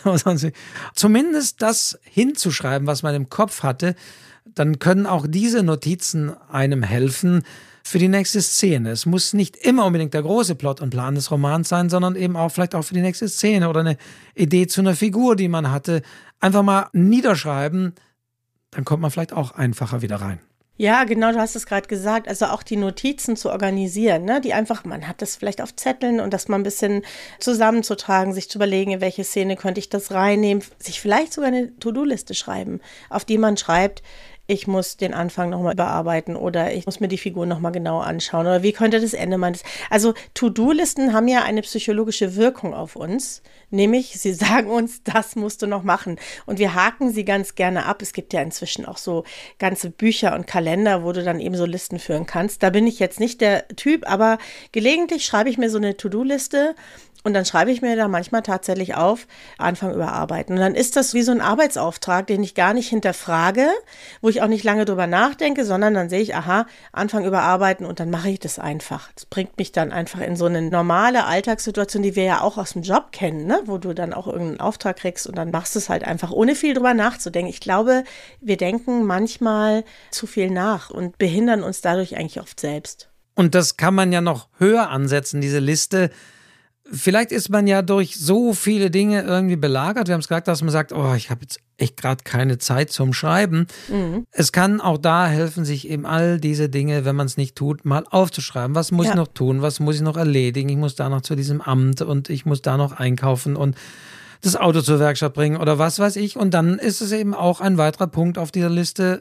zumindest das hinzuschreiben, was man im Kopf hatte, dann können auch diese Notizen einem helfen für die nächste Szene. Es muss nicht immer unbedingt der große Plot und Plan des Romans sein, sondern eben auch vielleicht auch für die nächste Szene oder eine Idee zu einer Figur, die man hatte. Einfach mal niederschreiben, dann kommt man vielleicht auch einfacher wieder rein. Ja, genau, du hast es gerade gesagt, also auch die Notizen zu organisieren, ne? Die einfach, man hat das vielleicht auf Zetteln und das mal ein bisschen zusammenzutragen, sich zu überlegen, in welche Szene könnte ich das reinnehmen, sich vielleicht sogar eine To-Do-Liste schreiben, auf die man schreibt, ich muss den Anfang nochmal überarbeiten oder ich muss mir die Figur nochmal genau anschauen oder wie könnte das Ende meines... Also To-Do-Listen haben ja eine psychologische Wirkung auf uns, nämlich sie sagen uns, das musst du noch machen und wir haken sie ganz gerne ab. Es gibt ja inzwischen auch so ganze Bücher und Kalender, wo du dann eben so Listen führen kannst. Da bin ich jetzt nicht der Typ, aber gelegentlich schreibe ich mir so eine To-Do-Liste und dann schreibe ich mir da manchmal tatsächlich auf, Anfang überarbeiten. Und dann ist das wie so ein Arbeitsauftrag, den ich gar nicht hinterfrage, wo ich auch nicht lange drüber nachdenke, sondern dann sehe ich, aha, Anfang überarbeiten und dann mache ich das einfach. Das bringt mich dann einfach in so eine normale Alltagssituation, die wir ja auch aus dem Job kennen, ne? Wo du dann auch irgendeinen Auftrag kriegst und dann machst du es halt einfach, ohne viel drüber nachzudenken. Ich glaube, wir denken manchmal zu viel nach und behindern uns dadurch eigentlich oft selbst. Und das kann man ja noch höher ansetzen, diese Liste. Vielleicht ist man ja durch so viele Dinge irgendwie belagert. Wir haben es gesagt, dass man sagt, oh, ich habe jetzt echt gerade keine Zeit zum Schreiben. Mhm. Es kann auch da helfen, sich eben all diese Dinge, wenn man es nicht tut, mal aufzuschreiben. Was muss ja. ich noch tun? Was muss ich noch erledigen? Ich muss da noch zu diesem Amt und ich muss da noch einkaufen und das Auto zur Werkstatt bringen oder was weiß ich. Und dann ist es eben auch ein weiterer Punkt auf dieser Liste,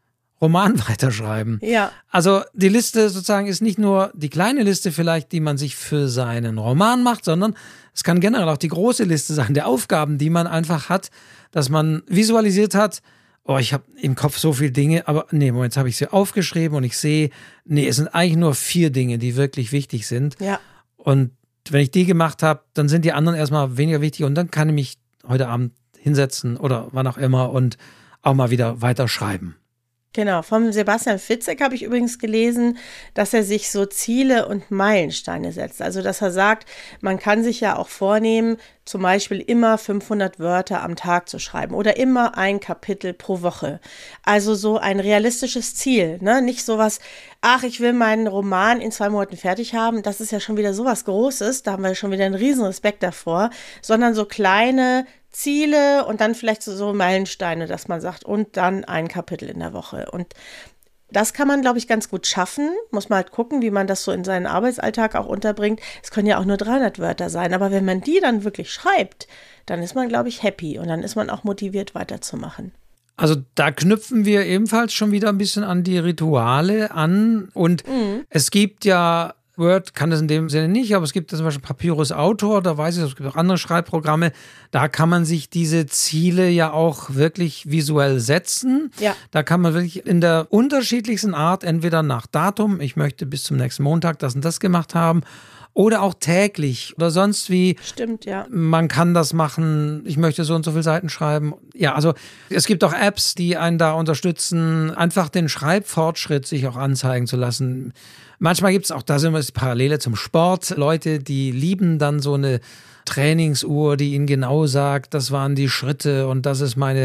Roman weiterschreiben. Ja. Also die Liste sozusagen ist nicht nur die kleine Liste vielleicht, die man sich für seinen Roman macht, sondern es kann generell auch die große Liste sein, der Aufgaben, die man einfach hat, dass man visualisiert hat, oh, ich habe im Kopf so viele Dinge, aber nee, Moment, jetzt habe ich sie aufgeschrieben und ich sehe, nee, es sind eigentlich nur vier Dinge, die wirklich wichtig sind. Ja. Und wenn ich die gemacht habe, dann sind die anderen erstmal weniger wichtig und dann kann ich mich heute Abend hinsetzen oder wann auch immer und auch mal wieder weiterschreiben. Genau, vom Sebastian Fitzek habe ich übrigens gelesen, dass er sich so Ziele und Meilensteine setzt. Also, dass er sagt, man kann sich ja auch vornehmen, zum Beispiel immer fünfhundert Wörter am Tag zu schreiben oder immer ein Kapitel pro Woche. Also so ein realistisches Ziel, ne? Nicht sowas, ach, ich will meinen Roman in zwei Monaten fertig haben. Das ist ja schon wieder sowas Großes, da haben wir schon wieder einen riesen Respekt davor, sondern so kleine Ziele und dann vielleicht so, so Meilensteine, dass man sagt, und dann ein Kapitel in der Woche. Und das kann man, glaube ich, ganz gut schaffen. Muss man halt gucken, wie man das so in seinen Arbeitsalltag auch unterbringt. Es können ja auch nur dreihundert Wörter sein, aber wenn man die dann wirklich schreibt, dann ist man, glaube ich, happy und dann ist man auch motiviert, weiterzumachen. Also da knüpfen wir ebenfalls schon wieder ein bisschen an die Rituale an und mhm. es gibt ja Word kann das in dem Sinne nicht, aber es gibt zum Beispiel Papyrus Autor, da weiß ich, es gibt auch andere Schreibprogramme, da kann man sich diese Ziele ja auch wirklich visuell setzen. Ja. Da kann man wirklich in der unterschiedlichsten Art, entweder nach Datum, ich möchte bis zum nächsten Montag das und das gemacht haben, oder auch täglich oder sonst wie. Stimmt, ja. Man kann das machen, ich möchte so und so viele Seiten schreiben. Ja, also es gibt auch Apps, die einen da unterstützen, einfach den Schreibfortschritt sich auch anzeigen zu lassen. Manchmal gibt es auch, da sind wir Parallele zum Sport, Leute, die lieben dann so eine Trainingsuhr, die ihnen genau sagt, das waren die Schritte und das ist meine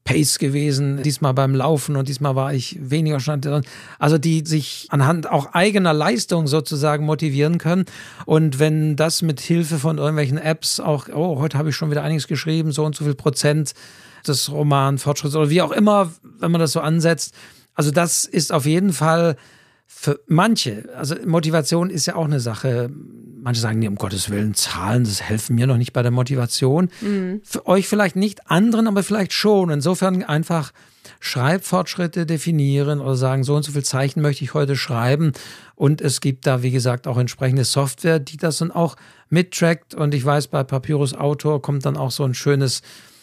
Pace gewesen, diesmal beim Laufen und diesmal war ich weniger stand. Also die sich anhand auch eigener Leistung sozusagen motivieren können. Und wenn das mit Hilfe von irgendwelchen Apps auch, oh, heute habe ich schon wieder einiges geschrieben, so und so viel Prozent des Romanfortschritts oder wie auch immer, wenn man das so ansetzt. Also das ist auf jeden Fall für manche, also Motivation ist ja auch eine Sache. Manche sagen, nee, um Gottes Willen, Zahlen, das helfen mir noch nicht bei der Motivation. Mhm. Für euch vielleicht nicht, anderen aber vielleicht schon. Insofern einfach Schreibfortschritte definieren oder sagen, so und so viel Zeichen möchte ich heute schreiben. Und es gibt da, wie gesagt, auch entsprechende Software, die das dann auch mittrackt. Und ich weiß, bei Papyrus Autor kommt dann auch so ein schönes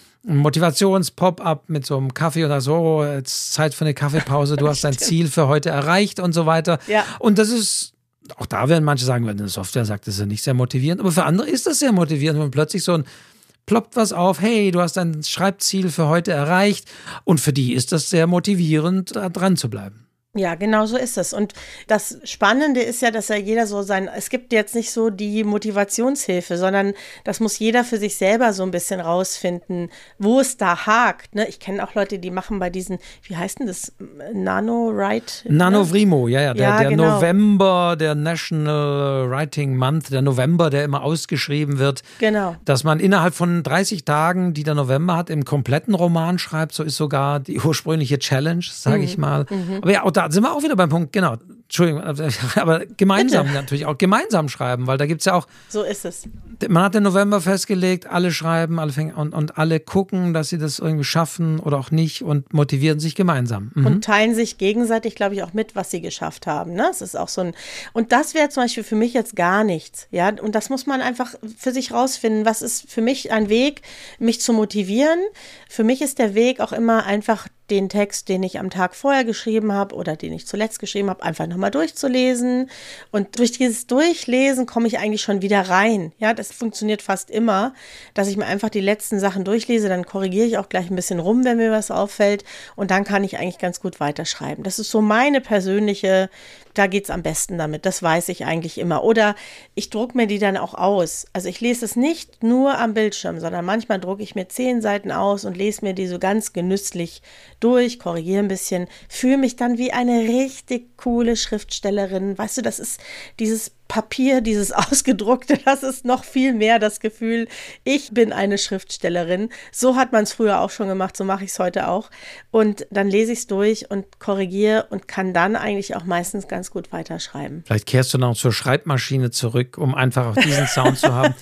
Motivations-Pop-up mit so einem Kaffee oder so, jetzt Zeit für eine Kaffeepause, du hast dein Ziel für heute erreicht und so weiter. Ja. Und das ist, auch da werden manche sagen, wenn eine Software sagt, das ist ja nicht sehr motivierend, aber für andere ist das sehr motivierend, wenn plötzlich so ein ploppt was auf, hey, du hast dein Schreibziel für heute erreicht und für die ist das sehr motivierend, da dran zu bleiben. Ja, genau so ist es. Und das Spannende ist ja, dass ja jeder so sein, es gibt jetzt nicht so die Motivationshilfe, sondern das muss jeder für sich selber so ein bisschen rausfinden, wo es da hakt. Ne? Ich kenne auch Leute, die machen bei diesen, wie heißt denn das, NaNoWrite? NaNoWriMo, ja, ja, der, ja, der genau. November, der National Writing Month, der November, der immer ausgeschrieben wird. Genau. Dass man innerhalb von dreißig Tagen, die der November hat, im kompletten Roman schreibt, so ist sogar die ursprüngliche Challenge, sage mhm. ich mal. Mhm. Aber ja, auch da sind wir auch wieder beim Punkt, genau, Entschuldigung, aber gemeinsam Bitte. natürlich auch gemeinsam schreiben, weil da gibt es ja auch. So ist es. Man hat den November festgelegt, alle schreiben, alle fängen und, und alle gucken, dass sie das irgendwie schaffen oder auch nicht und motivieren sich gemeinsam. Mhm. Und teilen sich gegenseitig, glaube ich, auch mit, was sie geschafft haben. Ne? Das ist auch so ein, und das wäre zum Beispiel für mich jetzt gar nichts. Ja? Und das muss man einfach für sich rausfinden. Was ist für mich ein Weg, mich zu motivieren? Für mich ist der Weg auch immer einfach den Text, den ich am Tag vorher geschrieben habe oder den ich zuletzt geschrieben habe, einfach nochmal durchzulesen. Und durch dieses Durchlesen komme ich eigentlich schon wieder rein. Ja, das funktioniert fast immer, dass ich mir einfach die letzten Sachen durchlese, dann korrigiere ich auch gleich ein bisschen rum, wenn mir was auffällt und dann kann ich eigentlich ganz gut weiterschreiben. Das ist so meine persönliche, da geht es am besten damit, das weiß ich eigentlich immer. Oder ich drucke mir die dann auch aus. Also ich lese es nicht nur am Bildschirm, sondern manchmal drucke ich mir zehn Seiten aus und lese mir die so ganz genüsslich durch, korrigiere ein bisschen, fühle mich dann wie eine richtig coole Schriftstellerin. Weißt du, das ist dieses Papier, dieses Ausgedruckte, das ist noch viel mehr das Gefühl, ich bin eine Schriftstellerin. So hat man es früher auch schon gemacht, so mache ich es heute auch. Und dann lese ich es durch und korrigiere und kann dann eigentlich auch meistens ganz gut weiterschreiben. Vielleicht kehrst du noch zur Schreibmaschine zurück, um einfach auch diesen Sound zu haben.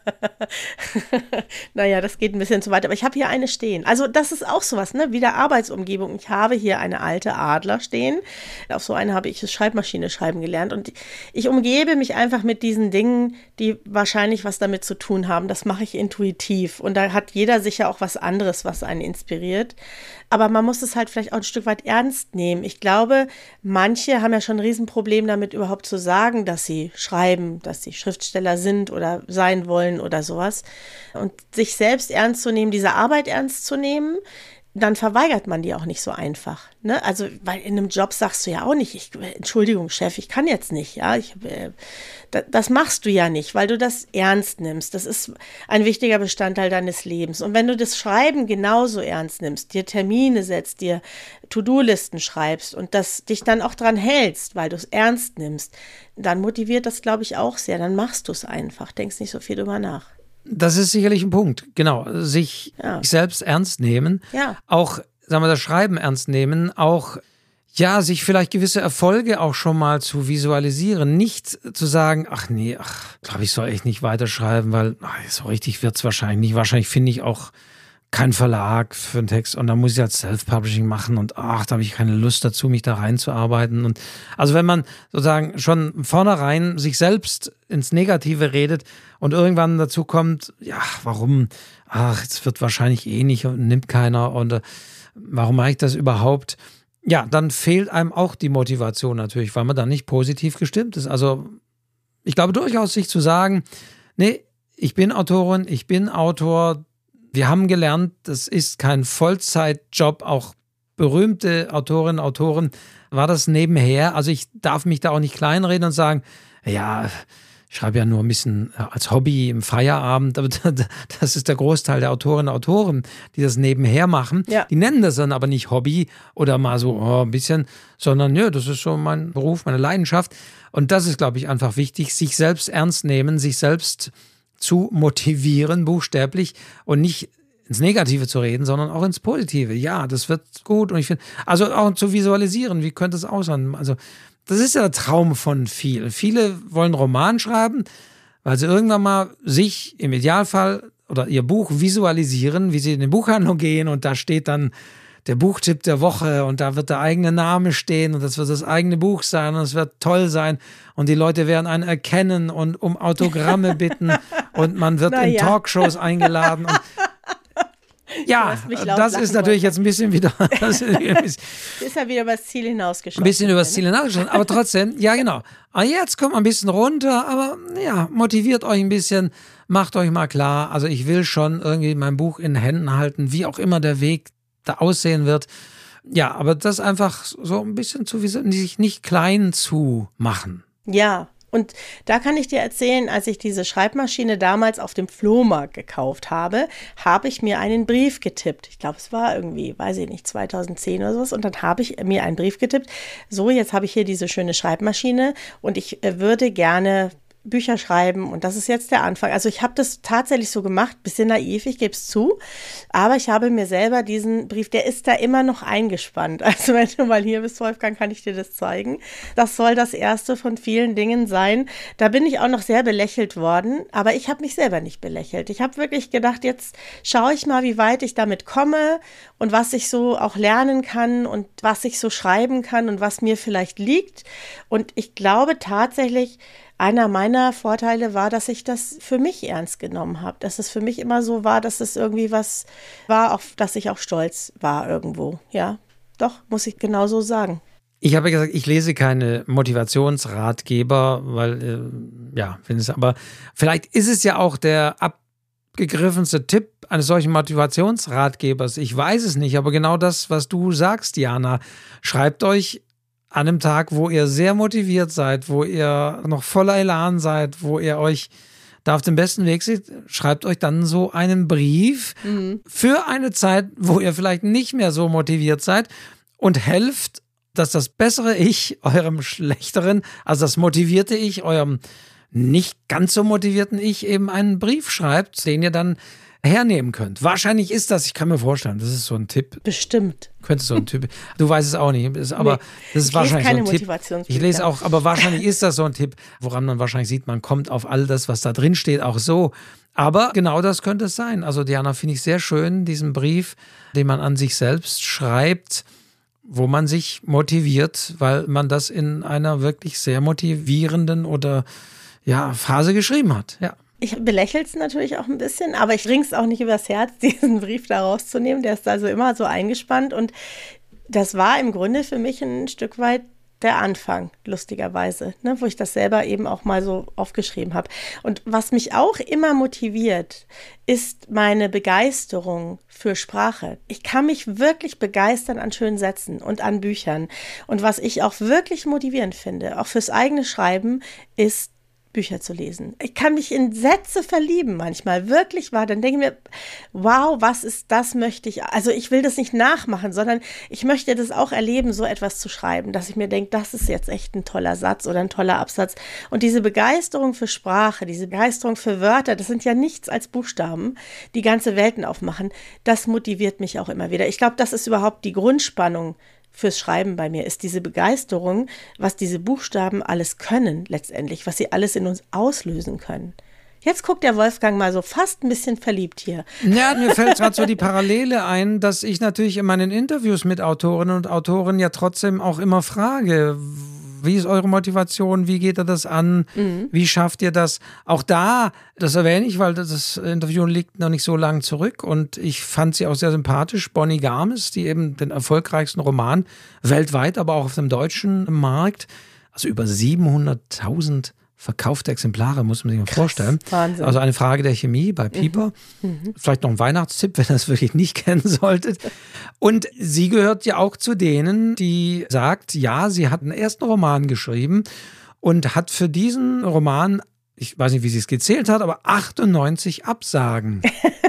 Naja, das geht ein bisschen zu weit, aber ich habe hier eine stehen. Also das ist auch sowas, ne? Wieder Arbeitsumgebung. Ich habe hier eine alte Adler stehen. Auf so eine habe ich das Schreibmaschine schreiben gelernt und ich umgebe mich einfach mit diesen Dingen, die wahrscheinlich was damit zu tun haben. Das mache ich intuitiv und da hat jeder sicher auch was anderes, was einen inspiriert. Aber man muss es halt vielleicht auch ein Stück weit ernst nehmen. Ich glaube, manche haben ja schon ein Riesenproblem damit, überhaupt zu sagen, dass sie schreiben, dass sie Schriftsteller sind oder sein wollen oder sowas. Und sich selbst ernst zu nehmen, diese Arbeit ernst zu nehmen, dann verweigert man die auch nicht so einfach. Ne? Also, weil in einem Job sagst du ja auch nicht, ich, Entschuldigung, Chef, ich kann jetzt nicht. Ja, ich, äh, das, das machst du ja nicht, weil du das ernst nimmst. Das ist ein wichtiger Bestandteil deines Lebens. Und wenn du das Schreiben genauso ernst nimmst, dir Termine setzt, dir To-Do-Listen schreibst und das dich dann auch dran hältst, weil du es ernst nimmst, dann motiviert das, glaube ich, auch sehr. Dann machst du es einfach, denkst nicht so viel drüber nach. Das ist sicherlich ein Punkt, genau. Sich ja. selbst ernst nehmen, ja. auch, sagen wir, das Schreiben ernst nehmen, auch, ja, sich vielleicht gewisse Erfolge auch schon mal zu visualisieren. Nicht zu sagen, ach nee, ach, glaube ich, soll echt nicht weiterschreiben, weil ach, so richtig wird es wahrscheinlich nicht. Wahrscheinlich finde ich auch keinen Verlag für einen Text und dann muss ich halt Self-Publishing machen und ach, da habe ich keine Lust dazu, mich da reinzuarbeiten. Und also wenn man sozusagen schon vornherein sich selbst ins Negative redet und irgendwann dazu kommt, ja, warum, ach, jetzt wird wahrscheinlich eh nicht und nimmt keiner und äh, warum mache ich das überhaupt? Ja, dann fehlt einem auch die Motivation natürlich, weil man dann nicht positiv gestimmt ist. Also ich glaube durchaus, sich zu sagen, nee, ich bin Autorin, ich bin Autor. Wir haben gelernt, das ist kein Vollzeitjob, auch berühmte Autorinnen, Autoren war das nebenher. Also ich darf mich da auch nicht kleinreden und sagen, ja, Ich schreibe ja nur ein bisschen als Hobby im Feierabend, aber das ist der Großteil der Autorinnen und Autoren, die das nebenher machen. Ja. Die nennen das dann aber nicht Hobby oder mal so oh, ein bisschen, sondern ja, das ist so mein Beruf, meine Leidenschaft. Und das ist, glaube ich, einfach wichtig, sich selbst ernst nehmen, sich selbst zu motivieren, buchstäblich, und nicht ins Negative zu reden, sondern auch ins Positive. Ja, das wird gut. Und ich finde, also auch zu visualisieren, wie könnte es aussehen? Also, das ist ja der Traum von vielen. Viele wollen einen Roman schreiben, weil sie irgendwann mal sich im Idealfall oder ihr Buch visualisieren, wie sie in die Buchhandlung gehen und da steht dann der Buchtipp der Woche und da wird der eigene Name stehen und das wird das eigene Buch sein und es wird toll sein und die Leute werden einen erkennen und um Autogramme bitten und man wird Na in ja. Talkshows eingeladen. Und ja, das ist natürlich jetzt ein bisschen wieder das ist, ein bisschen, ist ja wieder übers Ziel hinausgeschossen. ein bisschen übers Ziel hinausgeschossen, aber trotzdem, ja genau. Aber jetzt kommt ein bisschen runter, aber ja, motiviert euch ein bisschen, macht euch mal klar, also ich will schon irgendwie mein Buch in Händen halten, wie auch immer der Weg da aussehen wird. Ja, aber das einfach so ein bisschen zu, sich nicht klein zu machen. Ja. Und da kann ich dir erzählen, als ich diese Schreibmaschine damals auf dem Flohmarkt gekauft habe, habe ich mir einen Brief getippt. Ich glaube, es war irgendwie, weiß ich nicht, zweitausendzehn oder sowas. Und dann habe ich mir einen Brief getippt. So, jetzt habe ich hier diese schöne Schreibmaschine und ich äh, würde gerne Bücher schreiben und das ist jetzt der Anfang. Also ich habe das tatsächlich so gemacht, bisschen naiv, ich gebe es zu, aber ich habe mir selber diesen Brief, der ist da immer noch eingespannt. Also wenn du mal hier bist, Wolfgang, kann ich dir das zeigen. Das soll das erste von vielen Dingen sein. Da bin ich auch noch sehr belächelt worden, aber ich habe mich selber nicht belächelt. Ich habe wirklich gedacht, jetzt schaue ich mal, wie weit ich damit komme und was ich so auch lernen kann und was ich so schreiben kann und was mir vielleicht liegt. Und ich glaube tatsächlich, einer meiner Vorteile war, dass ich das für mich ernst genommen habe. Dass es für mich immer so war, dass es irgendwie was war, auf das ich auch stolz war irgendwo. Ja, doch, muss ich genau so sagen. Ich habe gesagt, ich lese keine Motivationsratgeber, weil, äh, ja, finde es, aber vielleicht ist es ja auch der abgegriffenste Tipp eines solchen Motivationsratgebers. Ich weiß es nicht, aber genau das, was du sagst, Diana, schreibt euch an einem Tag, wo ihr sehr motiviert seid, wo ihr noch voller Elan seid, wo ihr euch da auf dem besten Weg seht, schreibt euch dann so einen Brief mhm. für eine Zeit, wo ihr vielleicht nicht mehr so motiviert seid und helft, dass das bessere Ich eurem schlechteren, also das motivierte Ich, eurem nicht ganz so motivierten Ich eben einen Brief schreibt, den ihr dann hernehmen könnt. Wahrscheinlich ist das, ich kann mir vorstellen, das ist so ein Tipp. Bestimmt. Könnte so ein Typ, du weißt es auch nicht, ist, aber nee, das ist ich wahrscheinlich lese keine so ein Tipp. Ich lese auch, aber wahrscheinlich ist das so ein Tipp, woran man wahrscheinlich sieht, man kommt auf all das, was da drin steht, auch so. Aber genau das könnte es sein. Also Diana, finde ich sehr schön, diesen Brief, den man an sich selbst schreibt, wo man sich motiviert, weil man das in einer wirklich sehr motivierenden oder ja, Phase geschrieben hat. Ja. Ich belächle es natürlich auch ein bisschen, aber ich bringe es auch nicht übers Herz, diesen Brief da rauszunehmen. Der ist also immer so eingespannt und das war im Grunde für mich ein Stück weit der Anfang, lustigerweise, ne, wo ich das selber eben auch mal so aufgeschrieben habe. Und was mich auch immer motiviert, ist meine Begeisterung für Sprache. Ich kann mich wirklich begeistern an schönen Sätzen und an Büchern. Und was ich auch wirklich motivierend finde, auch fürs eigene Schreiben, ist Bücher zu lesen. Ich kann mich in Sätze verlieben manchmal, wirklich wahr. Dann denke ich mir, wow, was ist das, möchte ich, also ich will das nicht nachmachen, sondern ich möchte das auch erleben, so etwas zu schreiben, dass ich mir denke, das ist jetzt echt ein toller Satz oder ein toller Absatz. Und diese Begeisterung für Sprache, diese Begeisterung für Wörter, das sind ja nichts als Buchstaben, die ganze Welten aufmachen, das motiviert mich auch immer wieder. Ich glaube, das ist überhaupt die Grundspannung fürs Schreiben bei mir, ist diese Begeisterung, was diese Buchstaben alles können letztendlich, was sie alles in uns auslösen können. Jetzt guckt der Wolfgang mal so fast ein bisschen verliebt hier. Ja, mir fällt gerade so die Parallele ein, dass ich natürlich in meinen Interviews mit Autorinnen und Autoren ja trotzdem auch immer frage, wie ist eure Motivation, wie geht ihr das an, mhm. wie schafft ihr das? Auch da, das erwähne ich, weil das Interview liegt noch nicht so lange zurück und ich fand sie auch sehr sympathisch, Bonnie Garmis, die eben den erfolgreichsten Roman weltweit, aber auch auf dem deutschen Markt, also über siebenhunderttausend verkaufte Exemplare, muss man sich mal Krass, vorstellen. Wahnsinn. Also eine Frage der Chemie bei Piper. Mhm. Vielleicht noch ein Weihnachtstipp, wenn ihr das wirklich nicht kennen solltet. Und sie gehört ja auch zu denen, die sagt, ja, sie hat einen ersten Roman geschrieben und hat für diesen Roman ich weiß nicht, wie sie es gezählt hat, aber achtundneunzig Absagen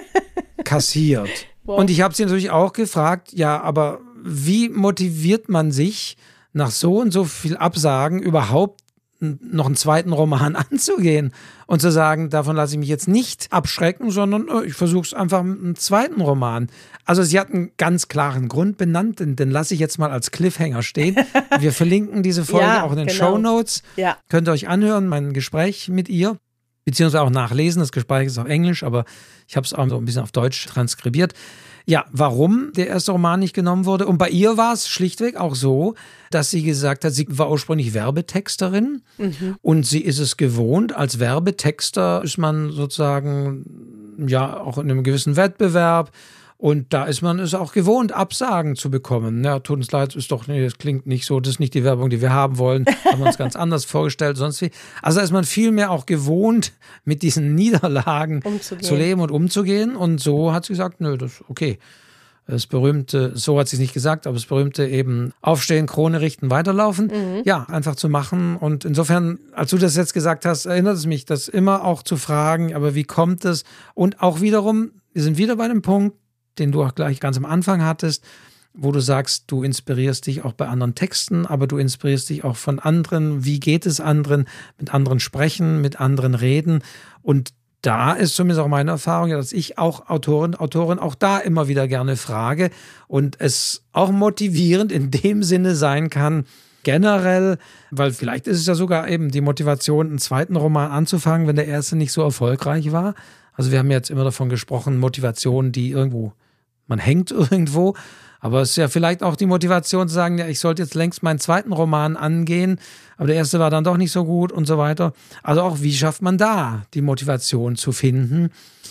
kassiert. Wow. Und ich habe sie natürlich auch gefragt, ja, aber wie motiviert man sich, nach so und so viel Absagen überhaupt noch einen zweiten Roman anzugehen und zu sagen, davon lasse ich mich jetzt nicht abschrecken, sondern oh, ich versuche es einfach mit einem zweiten Roman. Also sie hat einen ganz klaren Grund benannt, den, den lasse ich jetzt mal als Cliffhanger stehen. Wir verlinken diese Folge ja, auch in den genau. Shownotes. Ja. Könnt ihr euch anhören, mein Gespräch mit ihr, beziehungsweise auch nachlesen. Das Gespräch ist auf Englisch, aber ich habe es auch so ein bisschen auf Deutsch transkribiert. Ja, warum der erste Roman nicht genommen wurde. Und bei ihr war es schlichtweg auch so, dass sie gesagt hat, sie war ursprünglich Werbetexterin mhm. und sie ist es gewohnt. Als Werbetexter ist man sozusagen ja auch in einem gewissen Wettbewerb. Und da ist man es auch gewohnt, Absagen zu bekommen. Ja, tut uns leid, ist doch, nee, das klingt nicht so, das ist nicht die Werbung, die wir haben wollen. Haben wir uns ganz anders vorgestellt, sonst wie. Also da ist man viel mehr auch gewohnt, mit diesen Niederlagen umzugehen. Zu leben und umzugehen. Und so hat sie gesagt, nö, das ist okay. Das berühmte, so hat sie es nicht gesagt, aber das berühmte eben Aufstehen, Krone richten, weiterlaufen. Mhm. Ja, einfach zu machen. Und insofern, als du das jetzt gesagt hast, erinnert es mich, das immer auch zu fragen, aber wie kommt es? Und auch wiederum, wir sind wieder bei dem Punkt, den du auch gleich ganz am Anfang hattest, wo du sagst, du inspirierst dich auch bei anderen Texten, aber du inspirierst dich auch von anderen. Wie geht es anderen? Mit anderen sprechen, mit anderen reden. Und da ist zumindest auch meine Erfahrung, dass ich auch Autoren, Autoren auch da immer wieder gerne frage und es auch motivierend in dem Sinne sein kann, generell, weil vielleicht ist es ja sogar eben die Motivation, einen zweiten Roman anzufangen, wenn der erste nicht so erfolgreich war. Also wir haben jetzt immer davon gesprochen, Motivation, die irgendwo, man hängt irgendwo, aber es ist ja vielleicht auch die Motivation zu sagen, ja, ich sollte jetzt längst meinen zweiten Roman angehen, aber der erste war dann doch nicht so gut und so weiter. Also auch, wie schafft man da die Motivation zu finden?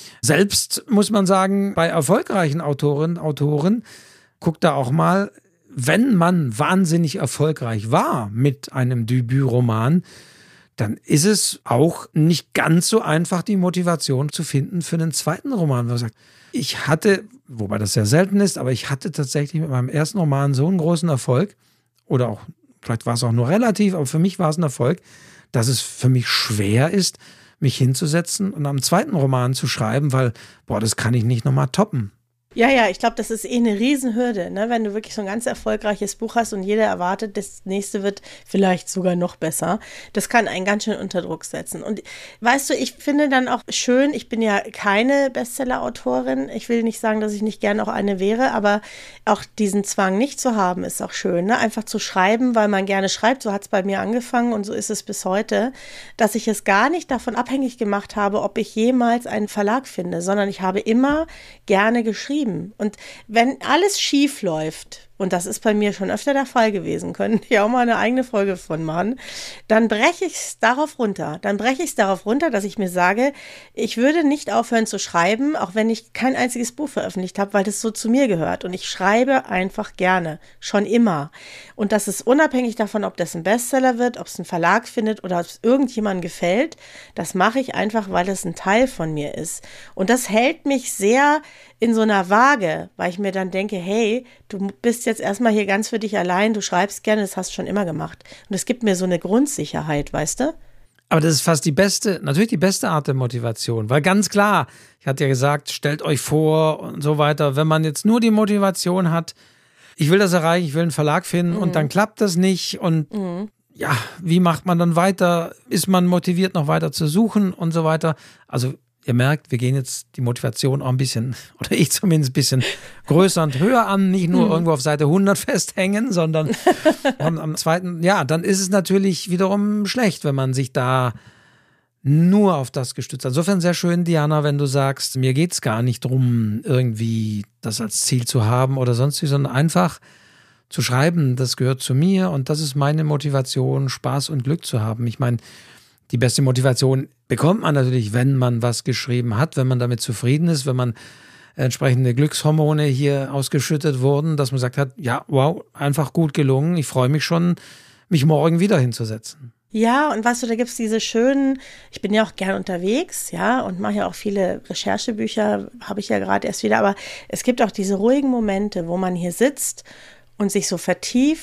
Selbst muss man sagen, bei erfolgreichen Autorinnen, Autoren, guckt da auch mal, wenn man wahnsinnig erfolgreich war mit einem Debütroman, dann ist es auch nicht ganz so einfach, die Motivation zu finden für einen zweiten Roman. Man sagt, ich hatte, wobei das sehr selten ist, aber ich hatte tatsächlich mit meinem ersten Roman so einen großen Erfolg, oder auch, vielleicht war es auch nur relativ, aber für mich war es ein Erfolg, dass es für mich schwer ist, mich hinzusetzen und am zweiten Roman zu schreiben, weil, boah, das kann ich nicht nochmal toppen. Ja, ja, ich glaube, das ist eh eine Riesenhürde, ne? Wenn du wirklich so ein ganz erfolgreiches Buch hast und jeder erwartet, das nächste wird vielleicht sogar noch besser. Das kann einen ganz schön unter Druck setzen. Und weißt du, ich finde dann auch schön, ich bin ja keine Bestseller-Autorin. Ich will nicht sagen, dass ich nicht gern auch eine wäre, aber auch diesen Zwang nicht zu haben, ist auch schön, ne? Einfach zu schreiben, weil man gerne schreibt. So hat es bei mir angefangen und so ist es bis heute, dass ich es gar nicht davon abhängig gemacht habe, ob ich jemals einen Verlag finde, sondern ich habe immer gerne geschrieben. Und wenn alles schief läuft, und das ist bei mir schon öfter der Fall gewesen, können ja auch mal eine eigene Folge von machen, dann breche ich es darauf runter. Dann breche ich es darauf runter, dass ich mir sage, ich würde nicht aufhören zu schreiben, auch wenn ich kein einziges Buch veröffentlicht habe, weil das so zu mir gehört. Und ich schreibe einfach gerne, schon immer. Und das ist unabhängig davon, ob das ein Bestseller wird, ob es ein Verlag findet oder ob es irgendjemandem gefällt. Das mache ich einfach, weil es ein Teil von mir ist. Und das hält mich sehr in so einer Waage, weil ich mir dann denke, hey, du bist jetzt erstmal hier ganz für dich allein, du schreibst gerne, das hast du schon immer gemacht. Und es gibt mir so eine Grundsicherheit, weißt du? Aber das ist fast die beste, natürlich die beste Art der Motivation, weil ganz klar, ich hatte ja gesagt, stellt euch vor und so weiter, wenn man jetzt nur die Motivation hat, ich will das erreichen, ich will einen Verlag finden mhm. und dann klappt das nicht und mhm. ja, wie macht man dann weiter? Ist man motiviert, noch weiter zu suchen und so weiter? Also ihr merkt, wir gehen jetzt die Motivation auch ein bisschen, oder ich zumindest ein bisschen größer und höher an, nicht nur mhm. irgendwo auf Seite hundert festhängen, sondern am, am zweiten, ja, dann ist es natürlich wiederum schlecht, wenn man sich da nur auf das gestützt hat. Insofern sehr schön, Diana, wenn du sagst, mir geht es gar nicht darum, irgendwie das als Ziel zu haben oder sonst wie, sondern einfach zu schreiben, das gehört zu mir und das ist meine Motivation, Spaß und Glück zu haben. Ich meine, die beste Motivation bekommt man natürlich, wenn man was geschrieben hat, wenn man damit zufrieden ist, wenn man entsprechende Glückshormone hier ausgeschüttet wurden, dass man sagt hat, ja, wow, einfach gut gelungen, ich freue mich schon, mich morgen wieder hinzusetzen. Ja, und weißt du, da gibt es diese schönen, ich bin ja auch gern unterwegs, ja, und mache ja auch viele Recherchebücher, habe ich ja gerade erst wieder, aber es gibt auch diese ruhigen Momente, wo man hier sitzt und sich so vertieft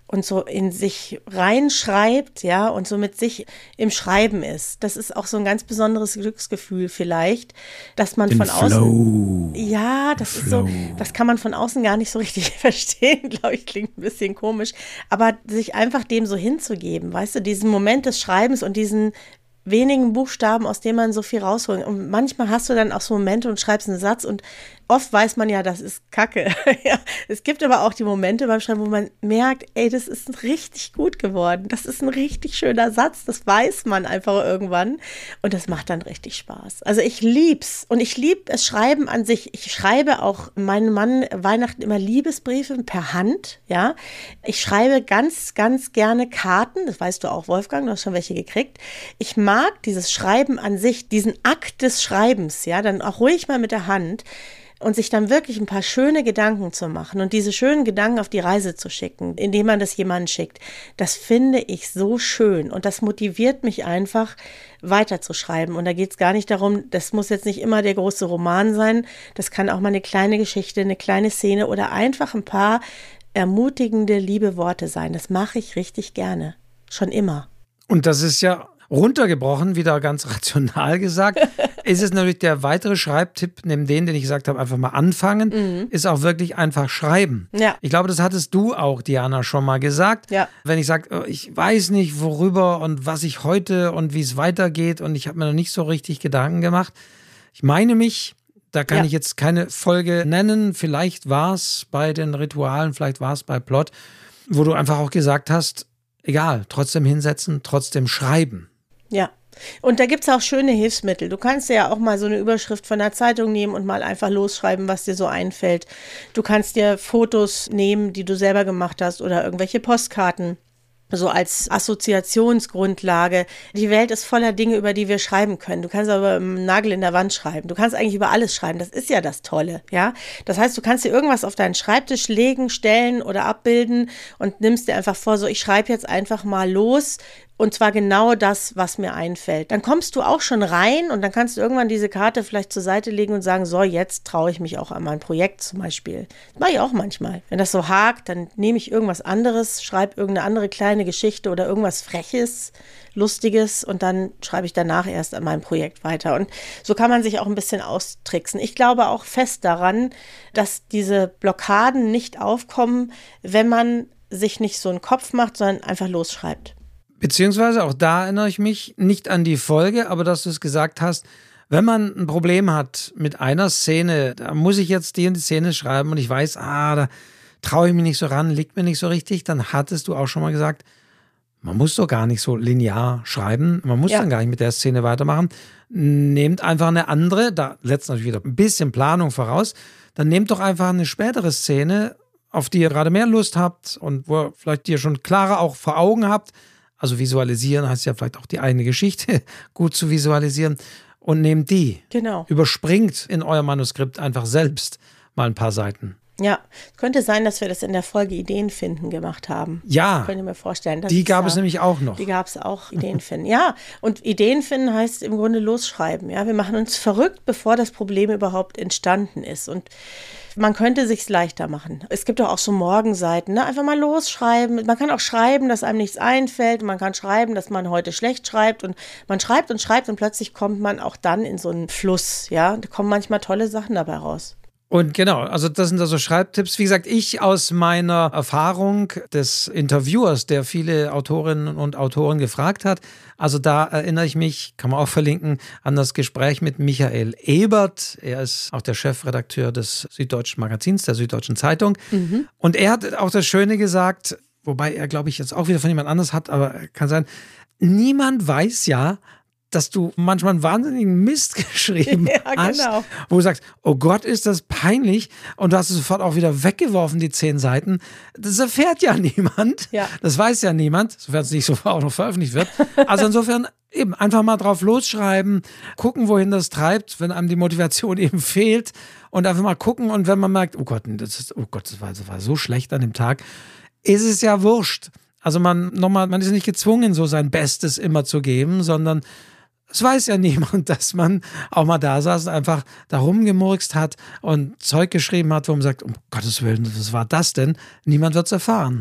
und so in sich reinschreibt, ja, und so mit sich im Schreiben ist. Das ist auch so ein ganz besonderes Glücksgefühl vielleicht, dass man Den von Flow. außen, ja, das ist Flow. so, das kann man von außen gar nicht so richtig verstehen, glaube ich, klingt ein bisschen komisch, aber sich einfach dem so hinzugeben, weißt du, diesen Moment des Schreibens und diesen wenigen Buchstaben, aus denen man so viel rausholt. Und manchmal hast du dann auch so Momente und schreibst einen Satz und oft weiß man ja, das ist Kacke. Ja, es gibt aber auch die Momente beim Schreiben, wo man merkt, ey, das ist richtig gut geworden. Das ist ein richtig schöner Satz. Das weiß man einfach irgendwann. Und das macht dann richtig Spaß. Also ich lieb's. Und ich lieb das Schreiben an sich. Ich schreibe auch meinem Mann Weihnachten immer Liebesbriefe per Hand. Ja, ich schreibe ganz, ganz gerne Karten. Das weißt du auch, Wolfgang. Du hast schon welche gekriegt. Ich mag dieses Schreiben an sich, diesen Akt des Schreibens. Ja, dann auch ruhig mal mit der Hand. Und sich dann wirklich ein paar schöne Gedanken zu machen und diese schönen Gedanken auf die Reise zu schicken, indem man das jemandem schickt, das finde ich so schön und das motiviert mich einfach, weiterzuschreiben. Und da geht es gar nicht darum, das muss jetzt nicht immer der große Roman sein, das kann auch mal eine kleine Geschichte, eine kleine Szene oder einfach ein paar ermutigende, liebe Worte sein. Das mache ich richtig gerne, schon immer. Und das ist ja runtergebrochen, wieder ganz rational gesagt, ist es natürlich der weitere Schreibtipp, neben den, den ich gesagt habe, einfach mal anfangen, mhm. ist auch wirklich einfach schreiben. Ja. Ich glaube, das hattest du auch, Diana, schon mal gesagt. Ja. Wenn ich sage, ich weiß nicht, worüber und was ich heute und wie es weitergeht und ich habe mir noch nicht so richtig Gedanken gemacht. Ich meine mich, da kann ja. ich jetzt keine Folge nennen, vielleicht war es bei den Ritualen, vielleicht war es bei Plot, wo du einfach auch gesagt hast, egal, trotzdem hinsetzen, trotzdem schreiben. Ja, und da gibt es auch schöne Hilfsmittel. Du kannst dir ja auch mal so eine Überschrift von der Zeitung nehmen und mal einfach losschreiben, was dir so einfällt. Du kannst dir Fotos nehmen, die du selber gemacht hast oder irgendwelche Postkarten. So als Assoziationsgrundlage. Die Welt ist voller Dinge, über die wir schreiben können. Du kannst aber einen Nagel in der Wand schreiben. Du kannst eigentlich über alles schreiben. Das ist ja das Tolle, ja. Das heißt, du kannst dir irgendwas auf deinen Schreibtisch legen, stellen oder abbilden und nimmst dir einfach vor, so ich schreibe jetzt einfach mal los. Und zwar genau das, was mir einfällt. Dann kommst du auch schon rein und dann kannst du irgendwann diese Karte vielleicht zur Seite legen und sagen, so, jetzt traue ich mich auch an mein Projekt zum Beispiel. Das mache ich auch manchmal. Wenn das so hakt, dann nehme ich irgendwas anderes, schreibe irgendeine andere kleine Geschichte oder irgendwas Freches, Lustiges und dann schreibe ich danach erst an meinem Projekt weiter. Und so kann man sich auch ein bisschen austricksen. Ich glaube auch fest daran, dass diese Blockaden nicht aufkommen, wenn man sich nicht so einen Kopf macht, sondern einfach losschreibt. Beziehungsweise, auch da erinnere ich mich nicht an die Folge, aber dass du es gesagt hast, wenn man ein Problem hat mit einer Szene, da muss ich jetzt die in die Szene schreiben und ich weiß, ah, da traue ich mich nicht so ran, liegt mir nicht so richtig, dann hattest du auch schon mal gesagt, man muss doch gar nicht so linear schreiben, man muss ja. dann gar nicht mit der Szene weitermachen. Nehmt einfach eine andere, da setzt natürlich wieder ein bisschen Planung voraus, dann nehmt doch einfach eine spätere Szene, auf die ihr gerade mehr Lust habt und wo ihr vielleicht ihr schon klarer auch vor Augen habt. Also visualisieren heißt ja vielleicht auch die eigene Geschichte gut zu visualisieren und nehmt die. Genau. Überspringt in euer Manuskript einfach selbst mal ein paar Seiten. Ja, es könnte sein, dass wir das in der Folge Ideen finden gemacht haben. Ja, könnt ihr mir vorstellen. Die gab es nämlich auch noch. Die gab es auch, Ideen finden. Ja, und Ideen finden heißt im Grunde losschreiben. Ja, wir machen uns verrückt, bevor das Problem überhaupt entstanden ist. Und man könnte sich's leichter machen. Es gibt doch auch so Morgenseiten, ne? Einfach mal losschreiben. Man kann auch schreiben, dass einem nichts einfällt. Man kann schreiben, dass man heute schlecht schreibt. Und man schreibt und schreibt und plötzlich kommt man auch dann in so einen Fluss. Ja, da kommen manchmal tolle Sachen dabei raus. Und genau, also das sind also Schreibtipps. Wie gesagt, ich aus meiner Erfahrung des Interviewers, der viele Autorinnen und Autoren gefragt hat, also da erinnere ich mich, kann man auch verlinken, an das Gespräch mit Michael Ebert. Er ist auch der Chefredakteur des Süddeutschen Magazins, der Süddeutschen Zeitung. Mhm. Und er hat auch das Schöne gesagt, wobei er, glaube ich, jetzt auch wieder von jemand anders hat, aber kann sein, niemand weiß ja, dass du manchmal einen wahnsinnigen Mist geschrieben ja, hast, genau. Wo du sagst, oh Gott, ist das peinlich und du hast es sofort auch wieder weggeworfen, die zehn Seiten. Das erfährt ja niemand. Ja. Das weiß ja niemand, sofern es nicht sofort auch noch veröffentlicht wird. Also insofern eben einfach mal drauf losschreiben, gucken, wohin das treibt, wenn einem die Motivation eben fehlt und einfach mal gucken und wenn man merkt, oh Gott, das ist, oh Gott, das war, das war so schlecht an dem Tag, ist es ja wurscht. Also man, nochmal, man ist nicht gezwungen, so sein Bestes immer zu geben, sondern es weiß ja niemand, dass man auch mal da saß und einfach da rumgemurkst hat und Zeug geschrieben hat, wo man sagt, um Gottes Willen, was war das denn? Niemand wird es erfahren.